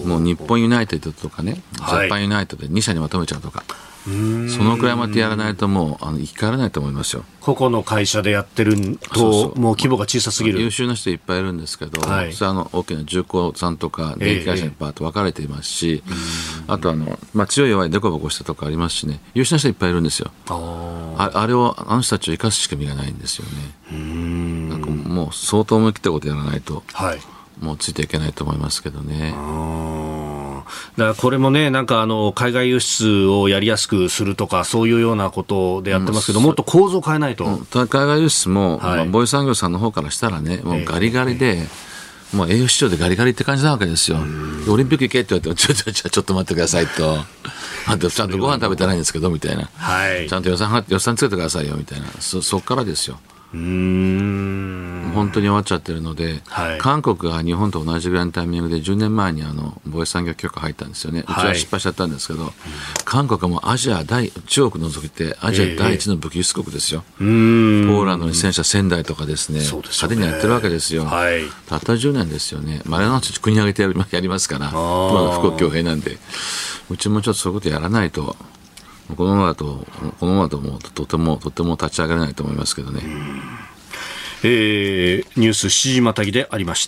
Speaker 3: もう日本ユナイテッドとかね、ジャパンユナイテッドでに社にまとめちゃうとか、そのくらいまでやらないともうあの生き返らないと思いますよ。
Speaker 1: 個々の会社でやってるとそうそう、もう規模が小さすぎる。
Speaker 3: 優秀な人いっぱいいるんですけど、はい、それはあの大きな重工さんとか電気会社にバーッと分かれていますし、えー、あとあの、まあ、強い弱いデコボコしたとかありますしね、優秀な人いっぱいいるんですよ。 あ, あれをあの人たちを生かす仕組みがないんですよね。うーん、なんかもう相当思い切ったことやらないと、はい、もうついていけないと思いますけどね。
Speaker 1: だからこれもね、なんかあの海外輸出をやりやすくするとかそういうようなことでやってますけど、うん、もっと構造を変えないと、うん、
Speaker 3: 海外輸出も、はい、まあ、防衛産業さんの方からしたらね、もうガリガリで、えー、もう栄養市場でガリガリって感じなわけですよ。オリンピック行けって言われてもちょちょちょちょっと待ってくださいとあとちゃんとご飯食べてないんですけどみたいな、はい、ちゃんと予算予算つけてくださいよみたいな、 そ, そっからですよ。うーん、本当に終わっちゃってるので、はい、韓国が日本と同じぐらいのタイミングでじゅうねんまえにあの防衛産業許可入ったんですよね。うちは失敗しちゃったんですけど、はい、韓国はもうアジア第中国除いてアジア第一の武器輸出国ですよ。えー、ポーランドに戦車せんだいとかですね、派手にやってるわけですよ。はい、たったじゅうねんですよね。丸の内国に上げてやりますから、富国強兵なんで、うちもちょっとそういうことやらないと、このままだと、このままだともうとてもとても立ち上がれないと思いますけどね。
Speaker 1: えー、ニュースしちじまたぎでありました。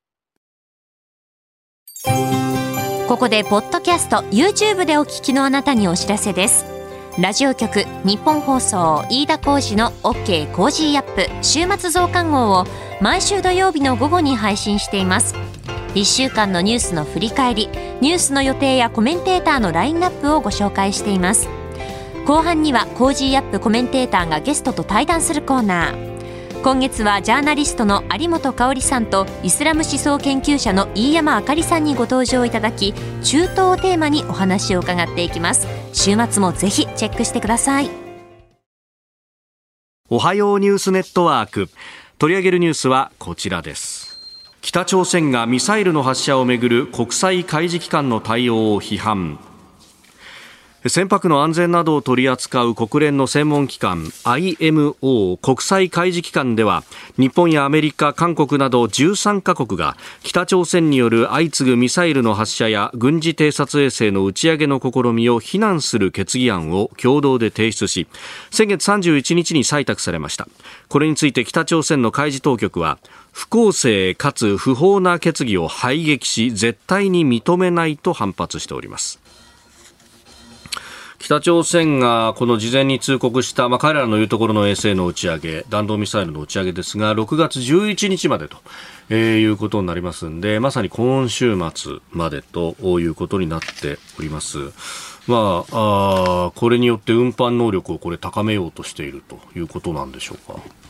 Speaker 2: ここでポッドキャスト YouTube でお聞きのあなたにお知らせです。ラジオ局日本放送飯田浩司の OK コージーアップ週末増刊号を毎週土曜日の午後に配信しています。いっしゅうかんのニュースの振り返り、ニュースの予定やコメンテーターのラインナップをご紹介しています。後半にはコージーアップコメンテーターがゲストと対談するコーナー。今月はジャーナリストの有本香里さんとイスラム思想研究者の飯山あかりさんにご登場いただき、中東をテーマにお話を伺っていきます。週末もぜひチェックしてください。
Speaker 1: おはようニュースネットワーク、取り上げるニュースはこちらです。北朝鮮がミサイルの発射をめぐる国際海事機関の対応を批判。船舶の安全などを取り扱う国連の専門機関 アイエムオー 国際海事機関では、日本やアメリカ、韓国などじゅうさんかこくが北朝鮮による相次ぐミサイルの発射や軍事偵察衛星の打ち上げの試みを非難する決議案を共同で提出し、先月さんじゅういちにちに採択されました。これについて北朝鮮の海事当局は、不公正かつ不法な決議を排撃し絶対に認めないと反発しております。北朝鮮がこの事前に通告した、まあ、彼らのいうところの衛星の打ち上げ、弾道ミサイルの打ち上げですがろくがつじゅういちにちまでと、えー、いうことになりますので、まさに今週末までということになっております。まあ、あこれによって運搬能力をこれ高めようとしているということなんでしょうか。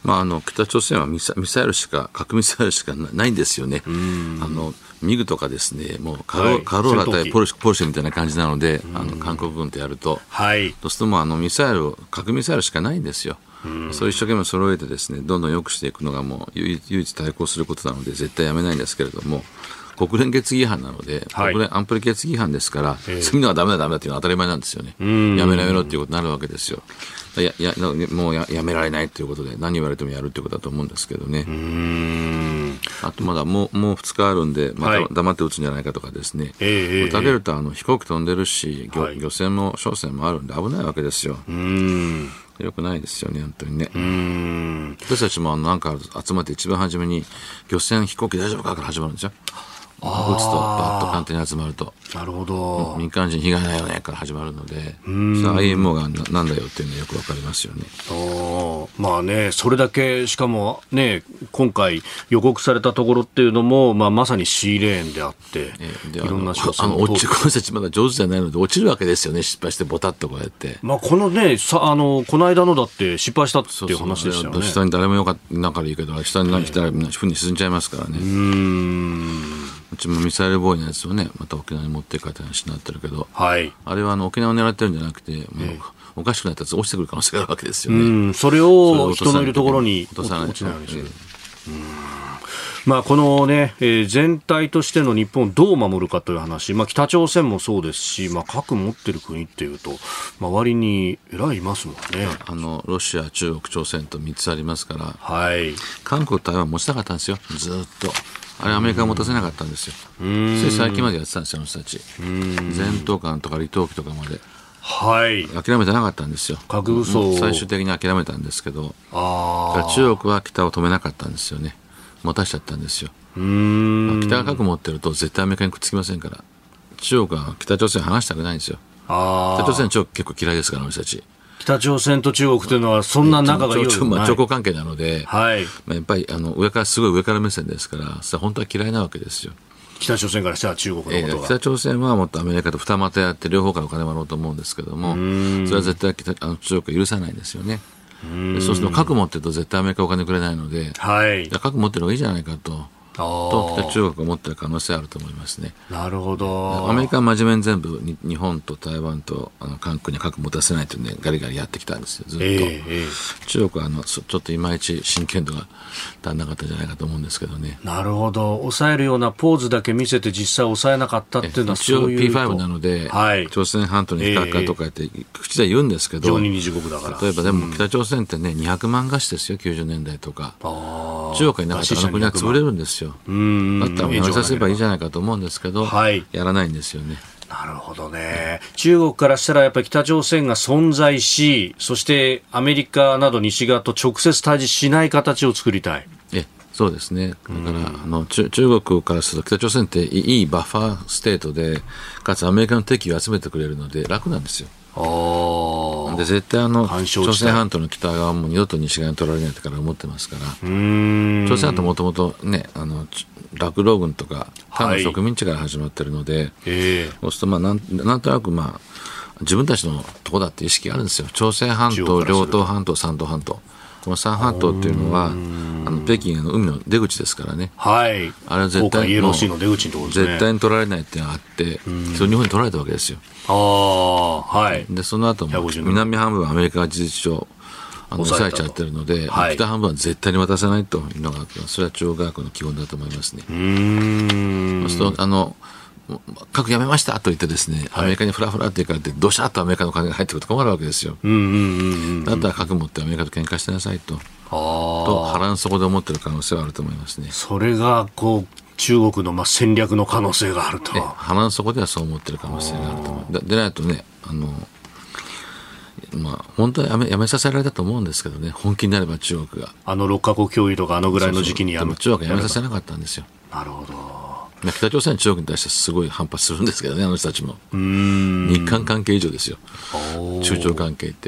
Speaker 3: まあ、あの北朝鮮はミサ、ミサイルしか核ミサイルしかないんですよね。あのミグとかですね、もうカロ、はい、カローラ対ポルシェ、ポルシェみたいな感じなので、あの韓国軍とやると、はい、そうするともうあのミサイル核ミサイルしかないんですよ。そう一生懸命揃えてですね、どんどん良くしていくのがもう唯一対抗することなので絶対やめないんですけれども、国連決議違反なので、はい、国連安保理決議違反ですから、そういうのはダメだダメだっていうのは当たり前なんですよね。やめろやめろっていうことになるわけですよ。ややもう や, やめられないということで何言われてもやるということだと思うんですけどね。うーん、あとまだもう、もうふつかあるんで、また黙って撃つんじゃないかとかですね、はい、撃たれるとあの飛行機飛んでるし 漁,、はい、漁船も商船もあるんで危ないわけですよ。うーん、よくないですよね、本当にね。うーん、私たちもなんか集まって一番初めに漁船飛行機大丈夫かから始まるんですよ。撃つとバッと簡単に集まると、なるほど、民間人被害ないよねから始まるので、それは アイエムオー がな, なんだよっていうのはよくわかりますよね。
Speaker 1: おまあね、それだけしかもね、今回予告されたところっていうのも、まあ、まさに C レーンであって、えー、でいろんな商船
Speaker 3: も落ちる、この人たちまだ上手じゃないので落ちるわけですよね、失敗してボタッとこうやって、
Speaker 1: まあ、このねさあのこの間のだって失敗したっていう話でしたよね。そうそう、
Speaker 3: 下に誰もよかった中でいいけど下に来たらふに沈んじゃいますからね。うーん、うちもミサイル防衛のやつをね、また沖縄に持っていかれた話になってるけど、はい、あれはあの沖縄を狙ってるんじゃなくて、もうおかしくなったやつ落ちてくる可能性があるわけですよね。うん、
Speaker 1: それを人のいるところに落とさない、落ちないようにする。まあ、この、ねえー、全体としての日本をどう守るかという話、まあ、北朝鮮もそうですし、まあ、核持ってる国っていうと周りにえらいいますもんね。
Speaker 3: あのロシア、中国、朝鮮とみっつありますから、はい、韓国、台湾持ちたかったんですよ、ずっと。あれアメリカが持たせなかったんですよ。つい最近までやってたんですよ、あの人たち。全東艦とか李登輝とかまで、はい、諦めてなかったんですよ。核武装最終的に諦めたんですけど、あ中国は北を止めなかったんですよね。持たしちゃったんですよ。うーん、北が核持ってると絶対アメリカにくっつきませんから、中国は北朝鮮話したくないんですよ。あ北朝鮮は結構嫌いですから、あの人たち。
Speaker 1: 北朝鮮と中国というのはそんな仲がいいようでもない、
Speaker 3: まあ、長江関係なので、はい、まあ、やっぱりあの上からすごい上から目線ですから、それは本当は嫌いなわけですよ。
Speaker 1: 北朝鮮からしたら中国のことが、えー、
Speaker 3: 北朝鮮はもっとアメリカと二股やって両方からお金をもらおうと思うんですけども、それは絶対北あの中国は許さないんですよね。うそうすると核持ってると絶対アメリカお金くれないので、はい、核持ってる方がいいじゃないかと。と北中国が持っている可能性あると思いますね。なるほど。アメリカは真面目に全部に日本と台湾とあの韓国に核持たせないというね、ガリガリやってきたんですよ、ずっと。えーえー、中国はあのちょっといまいち真剣度が足んなかったんじゃないかと思うんですけどね。
Speaker 1: なるほど。抑えるようなポーズだけ見せて実際抑えなかったっていうのはそういうと。
Speaker 3: 一応 ピーファイブ なので、はい、朝鮮半島に非核化とか言って、えー、口で言うんですけど、
Speaker 1: 常任理事国だから。
Speaker 3: 例えばでも北朝鮮ってね、にひゃくまん餓死ですよ、きゅうじゅうねんだいとか。あ中国になかったらあの国は潰れるんですよ。うんだったらやめさせればいいじゃないかと思うんですけど、はい、やらないんですよね。
Speaker 1: なるほどね。中国からしたらやっぱり北朝鮮が存在し、そしてアメリカなど西側と直接対峙しない形を作りたい。
Speaker 3: えそうですね。だからあの中中国からすると北朝鮮っていいバッファーステートで、かつアメリカの敵を集めてくれるので楽なんですよ。あで絶対あの朝鮮半島の北側も二度と西側に取られないってから思ってますから。うーん朝鮮半島もともとね、あの落老軍とか他の植民地から始まってるので、はいえー、そうするとまあなんなんとなくまあ自分たちのとこだって意識があるんですよ。朝鮮半島、両東半島、山東半島、この三半島っていうのはあの北京の海の出口ですからね。はい。あれは絶対
Speaker 1: イエローシーの出口のところですね。
Speaker 3: 絶対に取られないっていうのがあって、それ日本に取られたわけですよ。ああはい。でその後も南半分はアメリカが事実上あの抑えちゃってるので、はい、北半分は絶対に渡せないというのがそれは中国学の基本だと思いますね。うーんそうするとあの核やめましたと言ってですね、はい、アメリカにフラフラって行かれてどしゃっとアメリカの金が入ってくると困るわけですよ。うんうんうんうん、だったら核持ってアメリカと喧嘩してなさいとと腹の底で思ってる可能性はあると思いますね。
Speaker 1: それがこう中国のまあ戦略の可能性があると。
Speaker 3: 腹の底ではそう思ってる可能性があると思う。 で, でないとねあのまあ、本当にやめ、やめさせられたと思うんですけどね、本気になれば中国が
Speaker 1: あのろっかこく協議とかあのぐらいの時期にやめ
Speaker 3: そうそうでも中国はやめさせなかったんですよ。
Speaker 1: なるほど。
Speaker 3: 北朝鮮は中国に対してすごい反発するんですけどね、あの人たちも。うーん日韓関係以上ですよ、中朝関係って。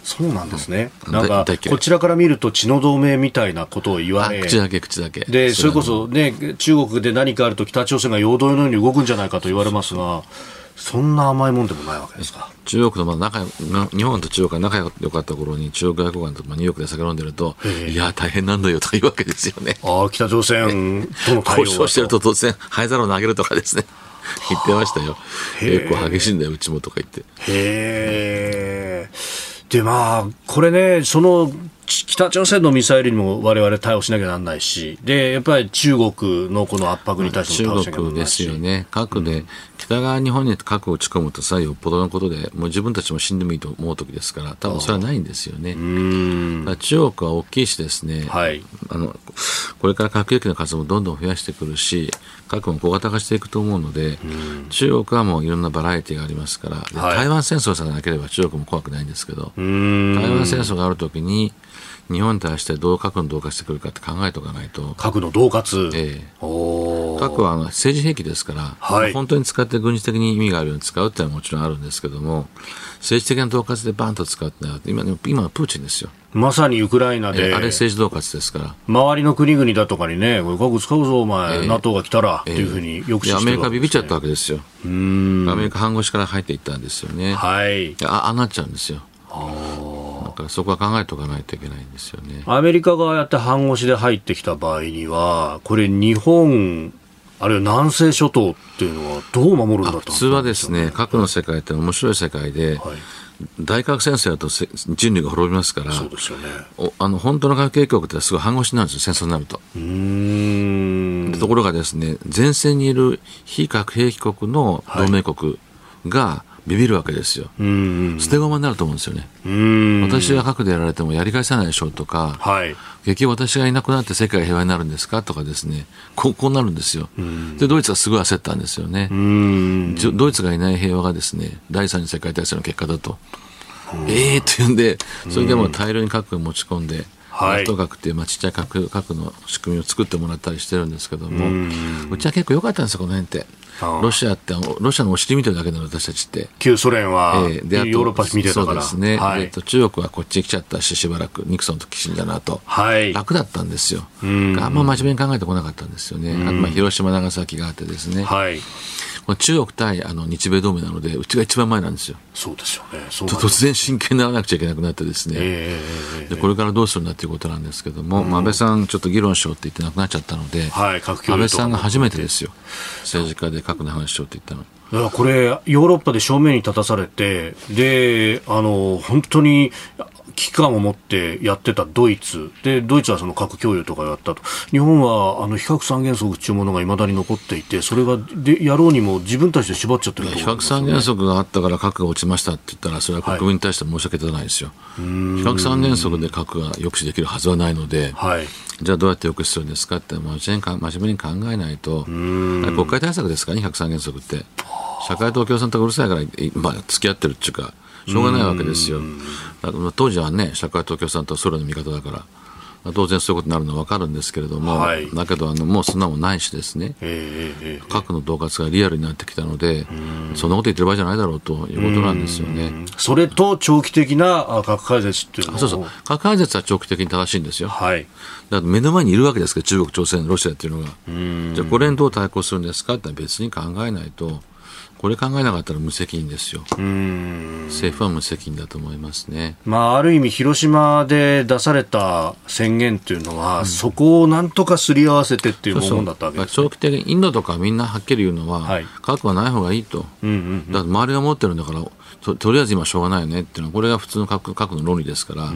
Speaker 1: そうなんですね。なんかこちらから見ると血の同盟みたいなことを言われ、
Speaker 3: 口だけ口だけ
Speaker 1: でそれこそ、ね、中国で何かあると北朝鮮が陽動のように動くんじゃないかと言われますが、そんな甘いもんでもないわけですか。
Speaker 3: 中国のまだ仲日本と中国が仲良かった頃に中国外交官とニューヨークで酒飲んでると、いや大変なんだよとか言うわけですよね。
Speaker 1: あ北朝鮮との対応
Speaker 3: 交渉してると突然灰皿を投げるとかですね言ってましたよ。結構激しいんだようちもとか言って。
Speaker 1: へー。でまあこれね、その北朝鮮のミサイルにも我々対応しなきゃならないし、でやっぱり中国のこの圧迫に対しても対応しなきゃならないし、
Speaker 3: 中国ですよね。核で、うん、北側日本に核を撃ち込むとさよっぽどのことでもう自分たちも死んでもいいと思う時ですから、多分それはないんですよね。うーん、だから中国は大きいしですね、はい、あのこれから核兵器の数もどんどん増やしてくるし、核も小型化していくと思うので、中国はもういろんなバラエティがありますから、はい、台湾戦争さえなければ中国も怖くないんですけど、台湾戦争があるときに日本に対してどう核の恫喝してくるかって考えておかないと。
Speaker 1: 核の恫喝、
Speaker 3: ええ、お核はあの政治兵器ですから、はい、本当に使って軍事的に意味があるように使うってのはもちろんあるんですけども、政治的な恫喝でバンと使うってのは 今, 今はプーチンですよ。
Speaker 1: まさにウクライナで、
Speaker 3: えー、あれ政治恫喝ですから、
Speaker 1: 周りの国々だとかにね、核使うぞお前、えー、ナトー が来たらっていうふうによくしてるわけですね。
Speaker 3: アメリカビビっちゃったわけですよ。うーん、アメリカ半腰から入っていったんですよね。はい、ああなっちゃうんですよ。だからそこは考えておかないといけないんですよね。
Speaker 1: アメリカがやって半腰で入ってきた場合には、これ日本あるいは南西諸島っていうのはどう守るんだと、ね、
Speaker 3: 普通はですね、核の世界って面白い世界で、はい、大核戦争だと人類が滅びますから、そうですよね、おあの本当の核兵器国ってすごい半腰なんですよ、戦争になると。うーん、ところがですね、前線にいる非核兵器国の同盟国がビビるわけですよ。うんうん、捨て駒になると思うんですよね。うん、私が核でやられてもやり返さないでしょうとか、はい、結局私がいなくなって世界が平和になるんですかとかですね、こう、こうなるんですよ。でドイツはすごい焦ったんですよね。うんドイツがいない平和がですね、第三次世界大戦の結果だと。ええー、というんで、それでも大量に核を持ち込んで、ナフト核っていう、まあ、ちっちゃい核、核の仕組みを作ってもらったりしてるんですけども、う, うちは結構良かったんですよ、この辺って。ロシアってロシアのお尻見てるだけなの、私たちって。
Speaker 1: 旧ソ連は、えー、であとヨーロッパ見てたから。
Speaker 3: そうですね、はい、えー、と中国はこっちに来ちゃったし、しばらくニクソンとキッシンジャーの後、はい、楽だったんですよ。あんま真面目に考えてこなかったんですよね。あとまあ広島長崎があってですね、はい、この中国対あの日米同盟なので、うちが一番前なんですよ。
Speaker 1: そうですよね。そう
Speaker 3: 突然真剣にならなくちゃいけなくなってですね、えー、でこれからどうするんだということなんですけども、まあ、安倍さんちょっと議論しようって言ってなくなっちゃったので、はい、安倍さんが初めてですよ、政治家で核の話しようって言ったの。
Speaker 1: だからこれヨーロッパで正面に立たされて、であの本当に危機感を持ってやってたドイツで、ドイツはその核共有とかやったと。日本はあの非核三原則というものがいまだに残っていて、それがでやろうにも自分たちで縛っちゃってるところ、ね、
Speaker 3: 非核三原則があったから核が落ちましたって言ったら、それは国民に対して申し訳ないですよ。はい、非核三原則で核が抑止できるはずはないので、はい、じゃあどうやって抑止するんですかって、真面目に考えないと。国会対策ですかね、非核三原則って。社会と共産党がうるさいから、まあ、付き合ってるっていうかしょうがないわけですよ。だから当時はね、社会と共産党はソ連の味方だから当然そういうことになるのは分かるんですけれども、はい、だけどあのもうそんなもんないしですね、えー、核の恫喝がリアルになってきたので、そんなこと言ってる場合じゃないだろうということなんですよね。
Speaker 1: それと長期的な核開設っていうのを、
Speaker 3: そうそう、核開設は長期的に正しいんですよ。はい、だから目の前にいるわけですから、中国、朝鮮、ロシアっていうのが。じゃあこれにどう対抗するんですかって別に考えないと、これ考えなかったら無責任ですよ。うーん、政府は無責任だと思いますね。
Speaker 1: まあ、ある意味広島で出された宣言というのは、うん、そこをなんとかすり合わせてっていうものだったわけです、ね、
Speaker 3: 長期的にインドとかみんなはっきり言うのは、はい、核はない方がいいと、うんうんうん、だから周りが持ってるんだから と, とりあえず今しょうがないよねっていうのは、これが普通の 核, 核の論理ですから、うん、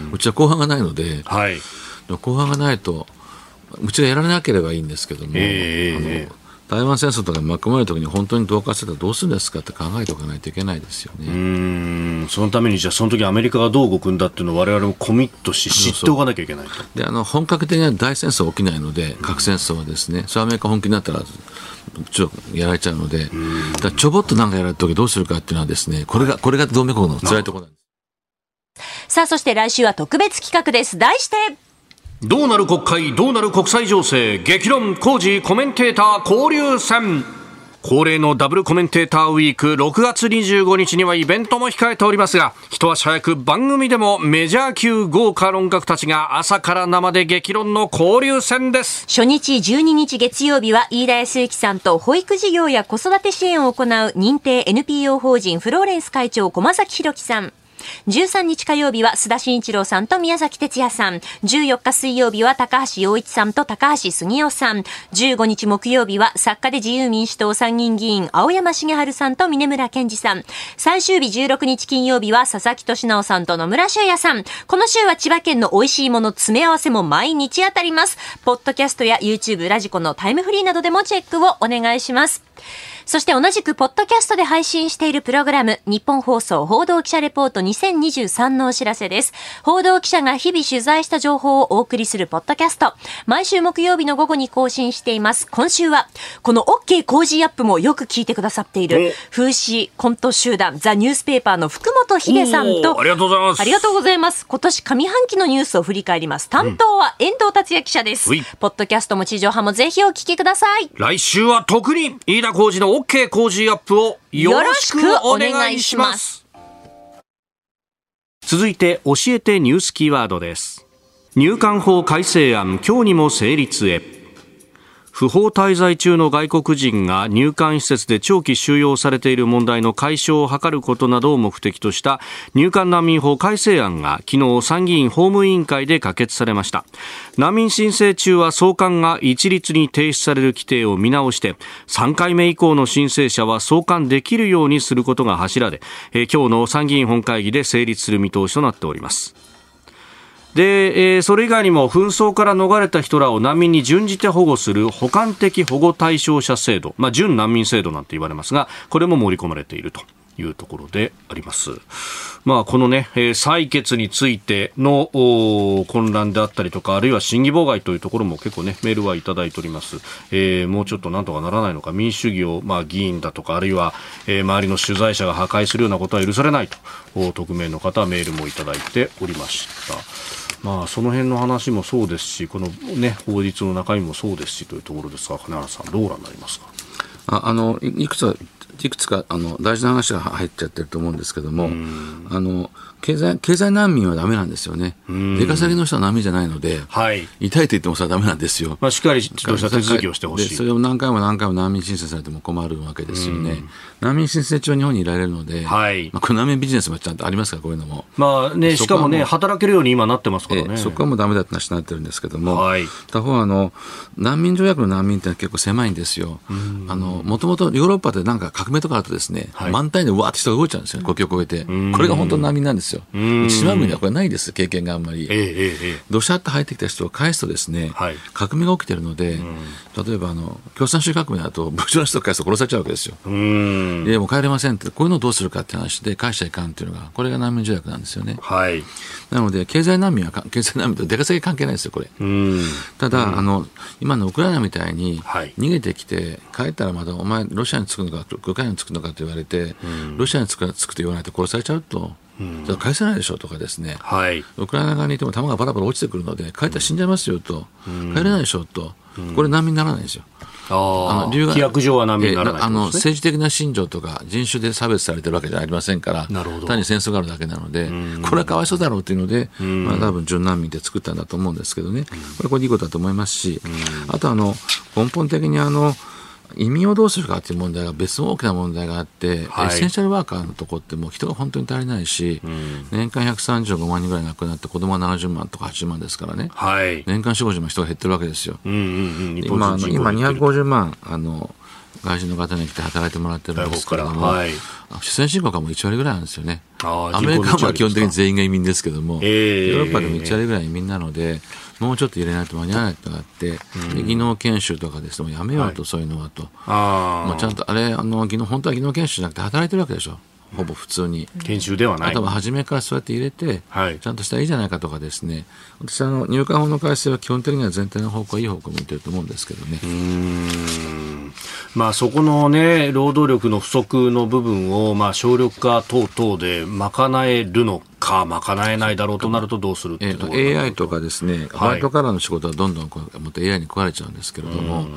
Speaker 3: うちは後半がないので、はい、後半がないとうちがやらなければいいんですけども、えー、あの台湾戦争とかに巻き込まれた時に本当に恫喝したらどうするんですかって考えておかないといけないですよね。うー
Speaker 1: ん、そのためにじゃあその時アメリカがどう動くんだっていうのを我々もコミットし知っておかなきゃいけないと。
Speaker 3: そうそうであの本格的な大戦争は起きないので、核戦争はですね、それはアメリカ本気になったらちょっとやられちゃうので、だからちょぼっとなんかやられた時どうするかっていうのはですね、これがこれが同盟国の辛いところなんです。
Speaker 2: さあ、そして来週は特別企画です。題して
Speaker 1: どうなる国会、どうなる国際情勢、激論、公示、コメンテーター交流戦。 恒例のダブルコメンテーターウィーク、ろくがつにじゅうごにちにはイベントも控えておりますが、一足早く番組でもメジャー級豪華論客たちが朝から生で激論の交流戦です。
Speaker 2: 初日じゅうににち月曜日は飯田康之さんと保育事業や子育て支援を行う認定 エヌピーオー 法人フローレンス会長駒崎弘樹さん。じゅうさんにち火曜日は須田慎一郎さんと宮崎哲也さん。じゅうよっか水曜日は高橋洋一さんと高橋杉雄さん。じゅうごにち木曜日は作家で自由民主党参議院議員青山茂春さんと峯村健二さん。最終日じゅうろくにち金曜日は佐々木俊直さんと野村修也さん。この週は千葉県の美味しいもの詰め合わせも毎日当たります。ポッドキャストや YouTube ラジコのタイムフリーなどでもチェックをお願いします。そして同じくポッドキャストで配信しているプログラム、日本放送報道記者レポートにせんにじゅうさんのお知らせです。報道記者が日々取材した情報をお送りするポッドキャスト。毎週木曜日の午後に更新しています。今週は、この OK コージーアップもよく聞いてくださっている、風刺コント集団、ザ・ニュースペーパーの福本秀さんと、
Speaker 1: ありがとうございます。
Speaker 2: ありがとうございます。今年上半期のニュースを振り返ります。担当は遠藤達也記者です。うん、ポッドキャストも地上波もぜひお聞きください。
Speaker 1: 来週は特に飯田浩司の OK コージーアップをよろしくお願いします。続いて教えてニュースキーワードです。入管法改正案今日にも成立へ。不法滞在中の外国人が入管施設で長期収容されている問題の解消を図ることなどを目的とした入管難民法改正案が昨日参議院法務委員会で可決されました。難民申請中は送還が一律に停止される規定を見直してさんかいめ以降の申請者は送還できるようにすることが柱で、えー、今日の参議院本会議で成立する見通しとなっております。で、えー、それ以外にも紛争から逃れた人らを難民に準じて保護する補完的保護対象者制度、まあ、準難民制度なんて言われますが、これも盛り込まれているというところであります。まあ、このね、えー、採決についての混乱であったりとか、あるいは審議妨害というところも結構ね、メールはいただいております。えー、もうちょっとなんとかならないのか、民主主義を、まあ、議員だとか、あるいは、えー、周りの取材者が破壊するようなことは許されないと、匿名の方はメールもいただいておりました。まあ、その辺の話もそうですし、この、ね、法律の中身もそうですしというところですが、金原さんどうご覧になりますか。
Speaker 3: ああのいくつかいくつかあの大事な話が入っちゃってると思うんですけども、あの経済、経済難民はダメなんですよね。出稼ぎの人は難民じゃないので、はい、痛いと言ってもそれはダメなんですよ。
Speaker 1: まあ、しっかりとした手続きをしてほしい。
Speaker 3: でそれを何回も何回も難民申請されても困るわけですよね。難民申請中は日本にいられるので、はい、まあ、これ難民ビジネスもちゃんとありますからこういうのも、
Speaker 1: まあね、しかもね働けるように今なってますからね。
Speaker 3: そこはもうダメだって話になってるんですけども、はい、他方あの難民条約の難民ってのは結構狭いんですよ。もともとヨーロッパでなんか革命とかあるとですね、はい、満タイでわーって人が動いちゃうんですよね、国境を越えて。これが本当の難民なんですよ。島国はこれないです、経験があんまり。えーえー、どしゃっと入ってきた人を返すとですね、はい、革命が起きてるので、例えばあの共産主義革命だと武士の人を返すと殺されちゃうわけですよ。うんでもう帰れませんって、こういうのをどうするかって話で返しちゃいかんっていうのが、これが難民条約なんですよね。はい、なので経済難民は経済難民と出稼ぎ関係ないですよこれ。うんただ、うん、あの今のウクライナみたいに逃げてきて帰ったらまたお前ロシアに着くのかウクライナに着くのかと言われて、うん、ロシアに着く、着くと言わないと殺されちゃうと、うん、返せないでしょとかですね、はい、ウクライナ側にいても弾がバラバラ落ちてくるので帰ったら死んじゃいますよと、うん、帰れないでしょと、うん、これ難民にならないんですよ。あ
Speaker 1: あの理由が規約上は難民にならない、ね、
Speaker 3: あの政治的な信条とか人種で差別されてるわけじゃありませんから、単に戦争があるだけなので、これはかわいそうだろうというので、まあ、多分準難民で作ったんだと思うんですけどね、これこれいいことだと思いますし、あとあの根本的にあの移民をどうするかという問題が別の大きな問題があって、はい、エッセンシャルワーカーのところってもう人が本当に足りないし、うん、年間ひゃくさんじゅうごまんにんぐらい亡くなって子供はななじゅうまんとかはちじゅうまんですからね、はい、年間よんじゅうごまん人が減ってるわけですよ。うんうんうん、今, 今にひゃくごじゅうまんあの外人の方に来て働いてもらってるんですけれども、はい、出生人口がもういちわりぐらいなんですよね。アメリカは基本的に全員が移民ですけども、えー、ヨーロッパでもいちわりぐらい移民なので、もうちょっと入れないと間に合わないとかあって、うん、技能研修とかですね、やめようと、はい、そういうのはと、あもうちゃんとあれあの技能本当は技能研修じゃなくて働いてるわけでしょ。ほぼ普通に
Speaker 1: 研修ではない。
Speaker 3: あとは初めからそうやって入れて、はい、ちゃんとしたらいいじゃないかとかですね。私あの入管法の改正は基本的には全体の方向いい方向を向いてると思うんですけどね。うー
Speaker 1: んまあそこのね労働力の不足の部分をまあ省力化等々で賄えるのか賄えないだろうとなるとどうするっていうところ、
Speaker 3: えー、エーアイ とかですね、ホワイトカラーの仕事はどんどんもっと エーアイ に食われちゃうんですけれども、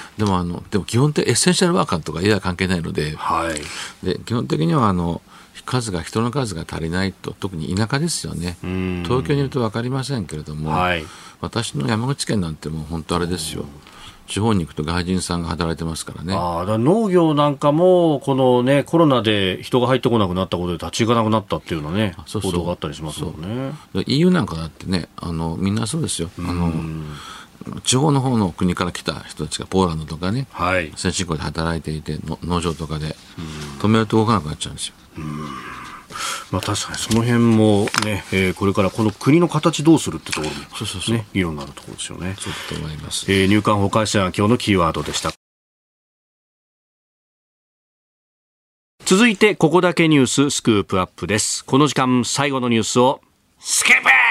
Speaker 3: でもあのでも基本的にエッセンシャルワーカーとかいや関係ないので、はい、で基本的にはあの数が人の数が足りないと、特に田舎ですよね。東京にいると分かりませんけれども、はい、私の山口県なんてもう本当あれですよ。地方に行くと外人さんが働いてますからね。
Speaker 1: あだから農業なんかもこの、ね、コロナで人が入ってこなくなったことで立ち行かなくなったっていうのね、そうそう報道があったりしますもんね。
Speaker 3: そう イーユー なんかだってね、あのみんなそうですよ。あの地方の方の国から来た人たちがポーランドとかね、はい、先進国で働いていての農場とかで止めると動かなくなっちゃうんですよ。うん、
Speaker 1: まあ、確かにその辺も、ねえー、これからこの国の形どうするってところも、ね、そうそうそう議論になるところですよね。
Speaker 3: そうだと思います。
Speaker 1: えー、入管法改正案今日のキーワードでした。続いてここだけニューススクープアップです。この時間最後のニュースをスクープアップ。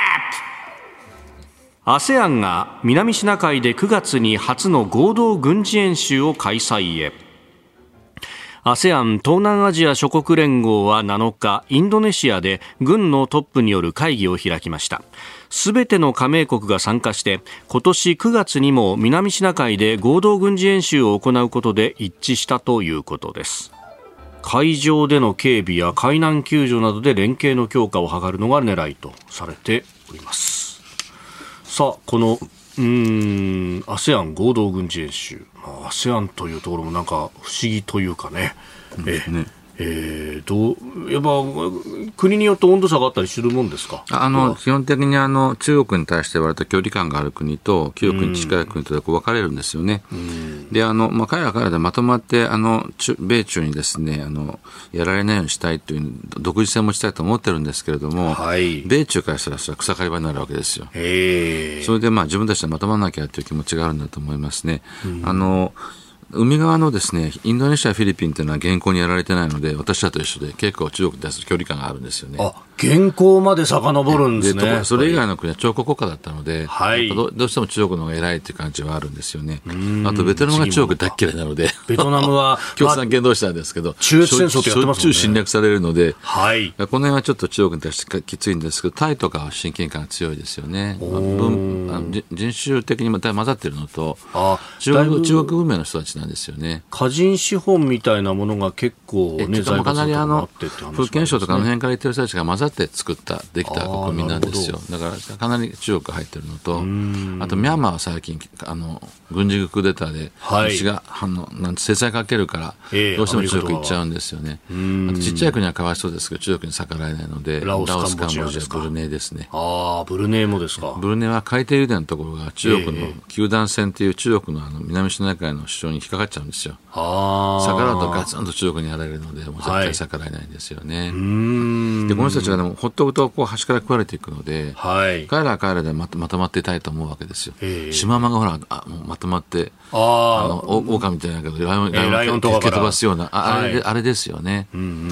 Speaker 1: アセアン が南シナ海でくがつに初の合同軍事演習を開催へ。アセアン 東南アジア諸国連合はなのか、インドネシアで軍のトップによる会議を開きました。すべての加盟国が参加して、今年くがつにも南シナ海で合同軍事演習を行うことで一致したということです。海上での警備や海難救助などで連携の強化を図るのが狙いとされております。さあ、このうーん アセアン 合同軍事演習、まあ、アセアン というところもなんか不思議というかね、えねえー、どうやっぱ国によって温度差があったりするもんですか。
Speaker 3: あの基本的にあの中国に対して割と距離感がある国と中国に近い国とでこう分かれるんですよね。であの、まあ、彼らからでまとまってあの中米中にですねあのやられないようにしたいという独自性を持ちたいと思ってるんですけれども、はい、米中からしたらそれは草刈り場になるわけですよ。へそれでまあ自分たちでまとまらなきゃという気持ちがあるんだと思いますね。あの海側のですねインドネシア、フィリピンというのは現行にやられてないので、私らと一緒で結構中国に対する距離感があるんですよね。あ、
Speaker 1: 現行まで遡るんですね。
Speaker 3: でそれ以外の国は超国国家だったので、はい、ど, どうしても中国の方が偉いという感じはあるんですよね。あとベトナムが中国大っ嫌いなので、
Speaker 1: ベトナムは
Speaker 3: 共産圏同士なんですけど、
Speaker 1: 中越戦争とやってますもんね。
Speaker 3: しょっちゅう侵略されるので、
Speaker 1: はい、
Speaker 3: この辺はちょっと中国に対してきついんですけど、タイとかは親近感が強いですよね。文あ人種的にまた混ざってるのと、あ中国中国文明の人たちなんですよね。
Speaker 1: 個人資本みたいなものが結構ね、
Speaker 3: 財閥とかもあってって話もありますね。福建省とかの辺から言ってる人たちが混ざって作ったできた国民なんですよ。だからかなり中国が入ってるのと、あとミャンマーは最近あの軍事クーデターで西が、はい、あのなんて制裁かけるから、えー、どうしても中国行っちゃうんですよね。あとちっちゃい国はかわいそうですけど中国に逆らえないので、
Speaker 1: ラオス、
Speaker 3: ラオスカンボジア、
Speaker 1: ブ
Speaker 3: ルネイですね。
Speaker 1: あブルネイもですか。
Speaker 3: ブルネイは海底油田のところが中国の九段線という中国のあの南シナ海の主張に引っかかっちゃうんですよ。あ逆らうとガツンと中国にやられるので、もう絶対逆らえないんですよね。はい、うでこの人たちがでもほっとくとこう端から食われていくので、はい、彼らは彼らで ま, まとまっていたいと思うわけですよ。シマウマがほらあもうまとまってああのオオカミみたいなけどライオン、えー、ライオンとか蹴飛ばすような あ,、はい、あ, れあれですよね。うんうんうんうん、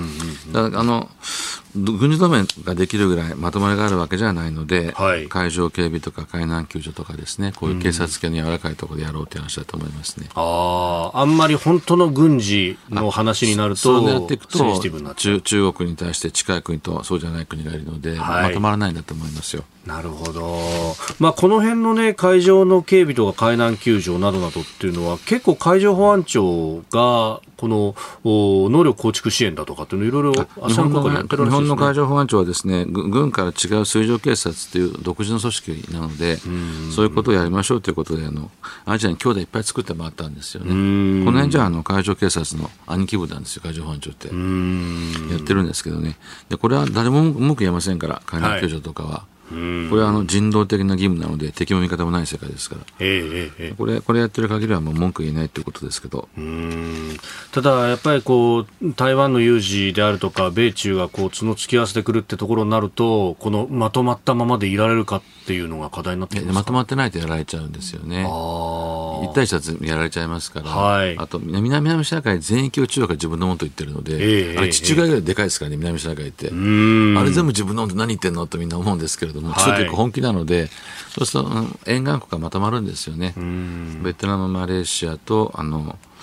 Speaker 3: だからあの軍事同盟ができるぐらいまとまりがあるわけじゃないので、はい、海上警備とか海難救助とかですね、こういう警察系の柔らかいところでやろうという話だと思いますね。
Speaker 1: ああ、あんまり本当の軍事の話になると
Speaker 3: そうやっていくと中, 中国に対して近い国とそうじゃない国がいるので、はい、まとまらないんだと思いますよ。
Speaker 1: なるほど。まあ、この辺の、ね、海上の警備とか海難救助などなどっていうのは結構海上保安庁がこの能力構築支援だとかっていうのいろいろアセアン国家でやってるらしいですね。
Speaker 3: 日本の海上保安庁はですね、軍から違う水上警察という独自の組織なので、そういうことをやりましょうということであのアジアに兄弟いっぱい作って回ったんですよね。この辺じゃあの海上警察の兄貴分なんですよ、海上保安庁ってやってるんですけどね。でこれは誰も文句言えませんから、海難救助とかは、はい、これはあの人道的な義務なので敵も味方もない世界ですから、えーえー、これ、これやってる限りはもう文句言えないということですけど、うー
Speaker 1: んただやっぱりこう台湾の有事であるとか米中がこう角突き合わせてくるってところになると、このまとまったままでいられるかっていうのが課題になってくるんですか。
Speaker 3: まとまってないとやられちゃうんですよね。一対一はやられちゃいますから、はい、あと南南シナ海全域を中国が自分のものと言ってるので、えー、あれ地中海ぐらいでかいですからね、南シナ海って。あれ全部自分のものって何言ってんのとみんな思うんですけれども、はい、中国結構本気なので、そうすると沿岸国がまとまるんですよね。ベトナム、マレーシアとあの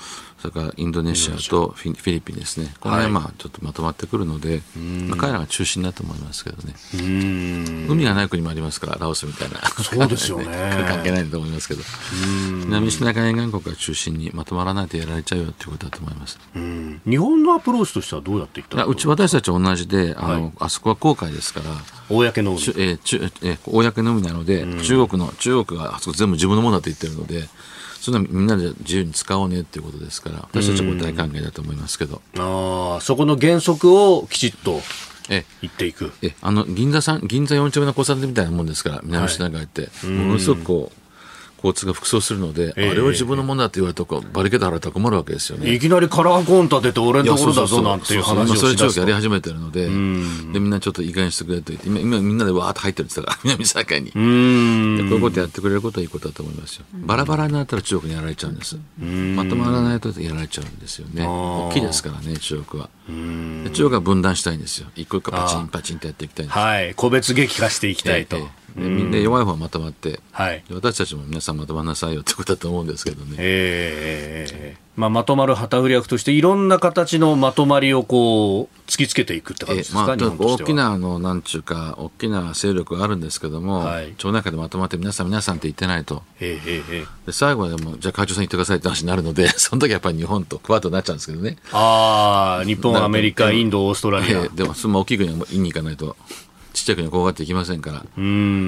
Speaker 3: それからインドネシアとフィリピンですね、この辺はまあちょっとまとまってくるので、はい、まあ、彼らが中心だと思いますけどね。うーん、海がない国もありますから、ラオスみたいな、
Speaker 1: そうですよね
Speaker 3: 関係ないと思いますけど、南シナ海沿岸国が中心にまとまらないとやられちゃうよということだと思います。
Speaker 1: うん、日本のアプローチとしてはどうやっていったら、
Speaker 3: うち私たちは同じで、あの、はい、あそこは公海ですから、
Speaker 1: 公の海、
Speaker 3: えーえー、公の海なので、うん、中国の中国があそこ全部自分のものだと言ってるので、それはみんなで自由に使おうねっていうことですから、私たちは大歓迎だと思いますけど、
Speaker 1: あ、そこの原則をきちっと言っていく。
Speaker 3: ええあの銀座さん銀座よん丁目の交差点みたいなもんですから、南シナ海って、はい、ものすごくこう交通が複雑するので、えー、あれは自分のものだって言われたらバリケード払ったら困るわけですよね。
Speaker 1: いきなりカラーコーン立てて俺のところだぞなんていう話をしだすと、
Speaker 3: それ中国やり始めてるので、でみんなちょっといい加減してくれと言って、今、今みんなでわーっと入ってるって言ったから、南シナ海に。うーん、でこういうことやってくれることはいいことだと思いますよ。バラバラになったら中国にやられちゃうんです。まとまらないとやられちゃうんですよね。大きいですからね、中国は。で中国は分断したいんですよ。一個一個パチンパチンとやっていきたいんです。
Speaker 1: はい、個別撃破していきたいと。えーえーで
Speaker 3: みんな弱い方はまとまって、
Speaker 1: はい、
Speaker 3: 私たちも皆さんまとまらなさいよってことだと思うんですけどね。
Speaker 1: えーまあ、まとまる旗振り役としていろんな形のまとまりをこう突きつけていくって感じですか、えーまあ、日本としては。
Speaker 3: 大きなあのなんちゅうか大きな勢力があるんですけども、はい、町内会でまとまって皆さん皆さんって言ってないと、えーえー、で最後はでもじゃあ会長さん言ってくださいって話になるので、その時はやっぱり日本とクワッドになっちゃうんですけどね。
Speaker 1: ああ、日本、アメリカ、インド、オーストラリア、
Speaker 3: えー、でもその大きい国は言いに行かないとちっちゃくに怖がっていきませんから、うん、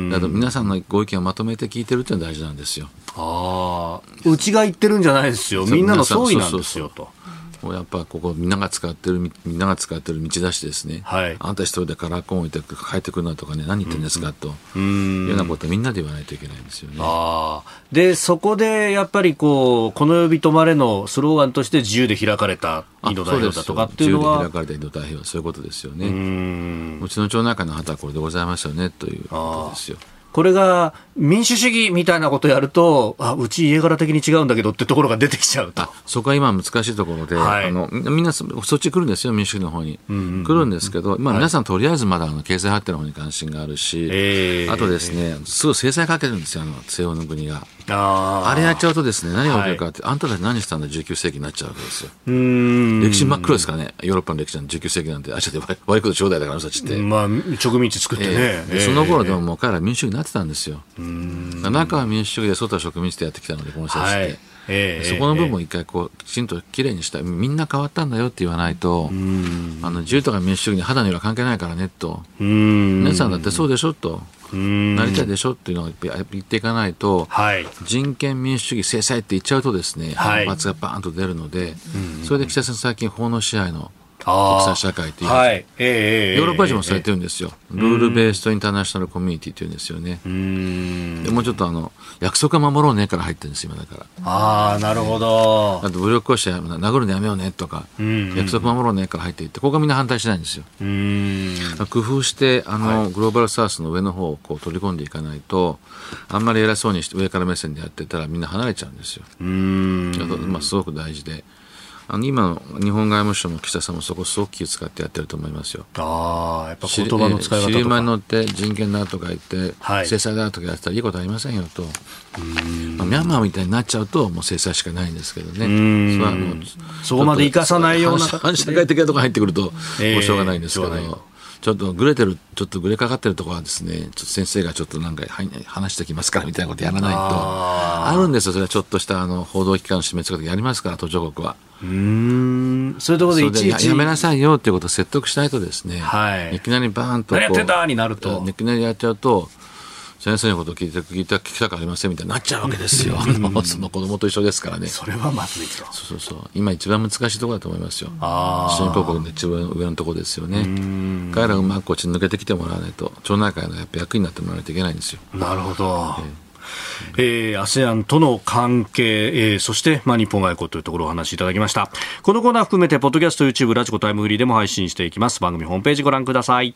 Speaker 3: だから皆さんのご意見をまとめて聞いてるっていうのが大事なんですよ。
Speaker 1: ああ、うちが言ってるんじゃないですよ、みんなの総意なんですよと。
Speaker 3: やっぱここみんなが使ってるみんなが使ってる道だしですね、はい、あんた一人でカラーコーン置いて帰ってくるなとかね、何言ってんですか、うん、というようなことはみんなで言わないといけないんですよね。
Speaker 1: あでそこでやっぱりこうこの呼び止まれのスローガンとして自由で開かれたインド太平洋だとかっていうのは、
Speaker 3: 自由で開かれたインド太平洋、そういうことですよね。うーん、うちの町内会の旗はこれでございますよねということですよ。
Speaker 1: これが民主主義みたいなことをやると、あ、うち家柄的に違うんだけどってところが出てきちゃうと。
Speaker 3: あ、そこは今難しいところで、はい、あのみんなそっち来るんですよ、民主主義の方に、うんうんうん、来るんですけど、まあ、皆さんとりあえずまだあの経済発展の方に関心があるし、えー、あとですね、すごい制裁かけるんですよ、あの西欧の国が。あ, あれやっちゃうとですね、何が起きるかって、はい、あんたたち何したんだじゅうきゅう世紀になっちゃうわけですよ。うーん、歴史真っ黒ですからね、ヨーロッパの歴史なんてじゅうきゅう世紀なんて、あっちゃって悪いことちょうだいだから、あの人たちって。
Speaker 1: まあ、植民地作ってね。
Speaker 3: えー、でその頃でももう彼ら民主主義になってたんですよ。うーん、中は民主主義で外は植民地でやってきたので、この人たちって。はい、えー、そこの部分を一回こうきちんときれいにしたい、みんな変わったんだよって言わないと、あの自由とか民主主義に肌の色は関係ないからねと、皆さんだってそうでしょと、なりたいでしょっていうのを言っていかないと、はい、人権民主主義制裁って言っちゃうとですね、はい、反発がバーンと出るので、それで岸田さん最近法の支配の国際社会っていう、はい、えー、ヨーロッパ人もそうやってるんですよ、えー、ルールベースとインターナショナルコミュニティっていうんですよね。うーん、でもうちょっとあの約束は守ろうねから入ってるんです今だから。
Speaker 1: ああ、なるほど。
Speaker 3: あと武力行使殴るのやめようねとか、うんうん、約束守ろうねから入っていって、ここがみんな反対しないんですよ。うーん、工夫してあの、はい、グローバルサウスの上の方をこう取り込んでいかないと、あんまり偉そうにして上から目線でやってたらみんな離れちゃうんですよ。うーん、まあ、すごく大事で、あの今の日本外務省の岸田さんもそこすごく気を使ってやってると思いますよ。
Speaker 1: ああ、やっぱ言葉の使い方とか、
Speaker 3: 尻間に乗って人権だとか言って、はい、制裁だとかやったらいいことありませんよと。うーん、まあ、ミャンマーみたいになっちゃうともう制裁しかないんですけどね。うーん、それはもう
Speaker 1: そこまで生かさないような
Speaker 3: 反社会的なところ入ってくるともうしょうがないんですけど、えーちょっとグレてる、ちょっとグレかかってるところはですね、ちょっと先生がちょっとなんか話してきますからみたいなことやらないと、あるんですよ。それはちょっとしたあの報道機関の締め付けとかやりますから、途上国は。うー
Speaker 1: ん、そういうところでいちいち
Speaker 3: や, やめなさいよっていうことを説得しないとですね、はい、いきなりバーンとこう
Speaker 1: やってたになると、
Speaker 3: いきなりやっちゃうと、先生のことを聞いて聞いた聞きたくありませんみたいになっちゃうわけですよ。その子供と一緒ですからね。
Speaker 1: それはまずいと。
Speaker 3: そうそうそう。今一番難しいところだと思いますよ。新興国の一番上のところですよね。彼らうまくこっちに抜けてきてもらわないと、町内会のやっぱ役になってもらわないといけないんですよ。
Speaker 1: なるほど。えーえー、アセアン との関係、えー、そして、まあ、日本外交というところをお話しいただきました。このコーナー含めてポッドキャスト、YouTube、ラジコタイムフリーでも配信していきます。番組ホームページご覧ください。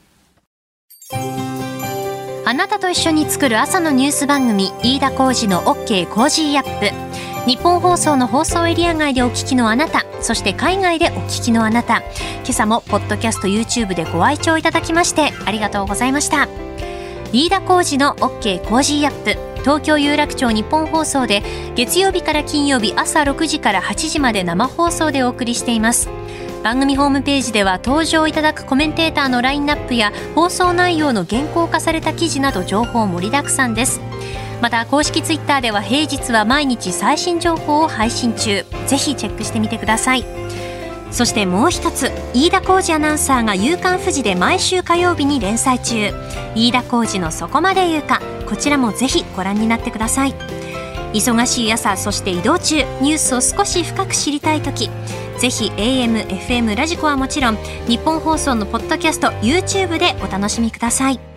Speaker 2: あなたと一緒に作る朝のニュース番組、飯田浩司の OK コージーアップ。日本放送の放送エリア外でお聞きのあなた、そして海外でお聞きのあなた、今朝もポッドキャスト YouTube でご愛聴いただきましてありがとうございました。飯田浩司の OK コージーアップ、 東京有楽町日本放送で月曜日から金曜日朝ろくじからはちじまで生放送でお送りしています。番組ホームページでは登場いただくコメンテーターのラインナップや放送内容の原稿化された記事など情報盛りだくさんです。また公式ツイッターでは平日は毎日最新情報を配信中、ぜひチェックしてみてください。そしてもう一つ、飯田浩司アナウンサーが夕刊フジで毎週火曜日に連載中、飯田浩司のそこまで言うか、こちらもぜひご覧になってください。忙しい朝、そして移動中、ニュースを少し深く知りたいとき、ぜひ エーエム、エフエム ラジコはもちろん日本放送のポッドキャスト YouTube でお楽しみください。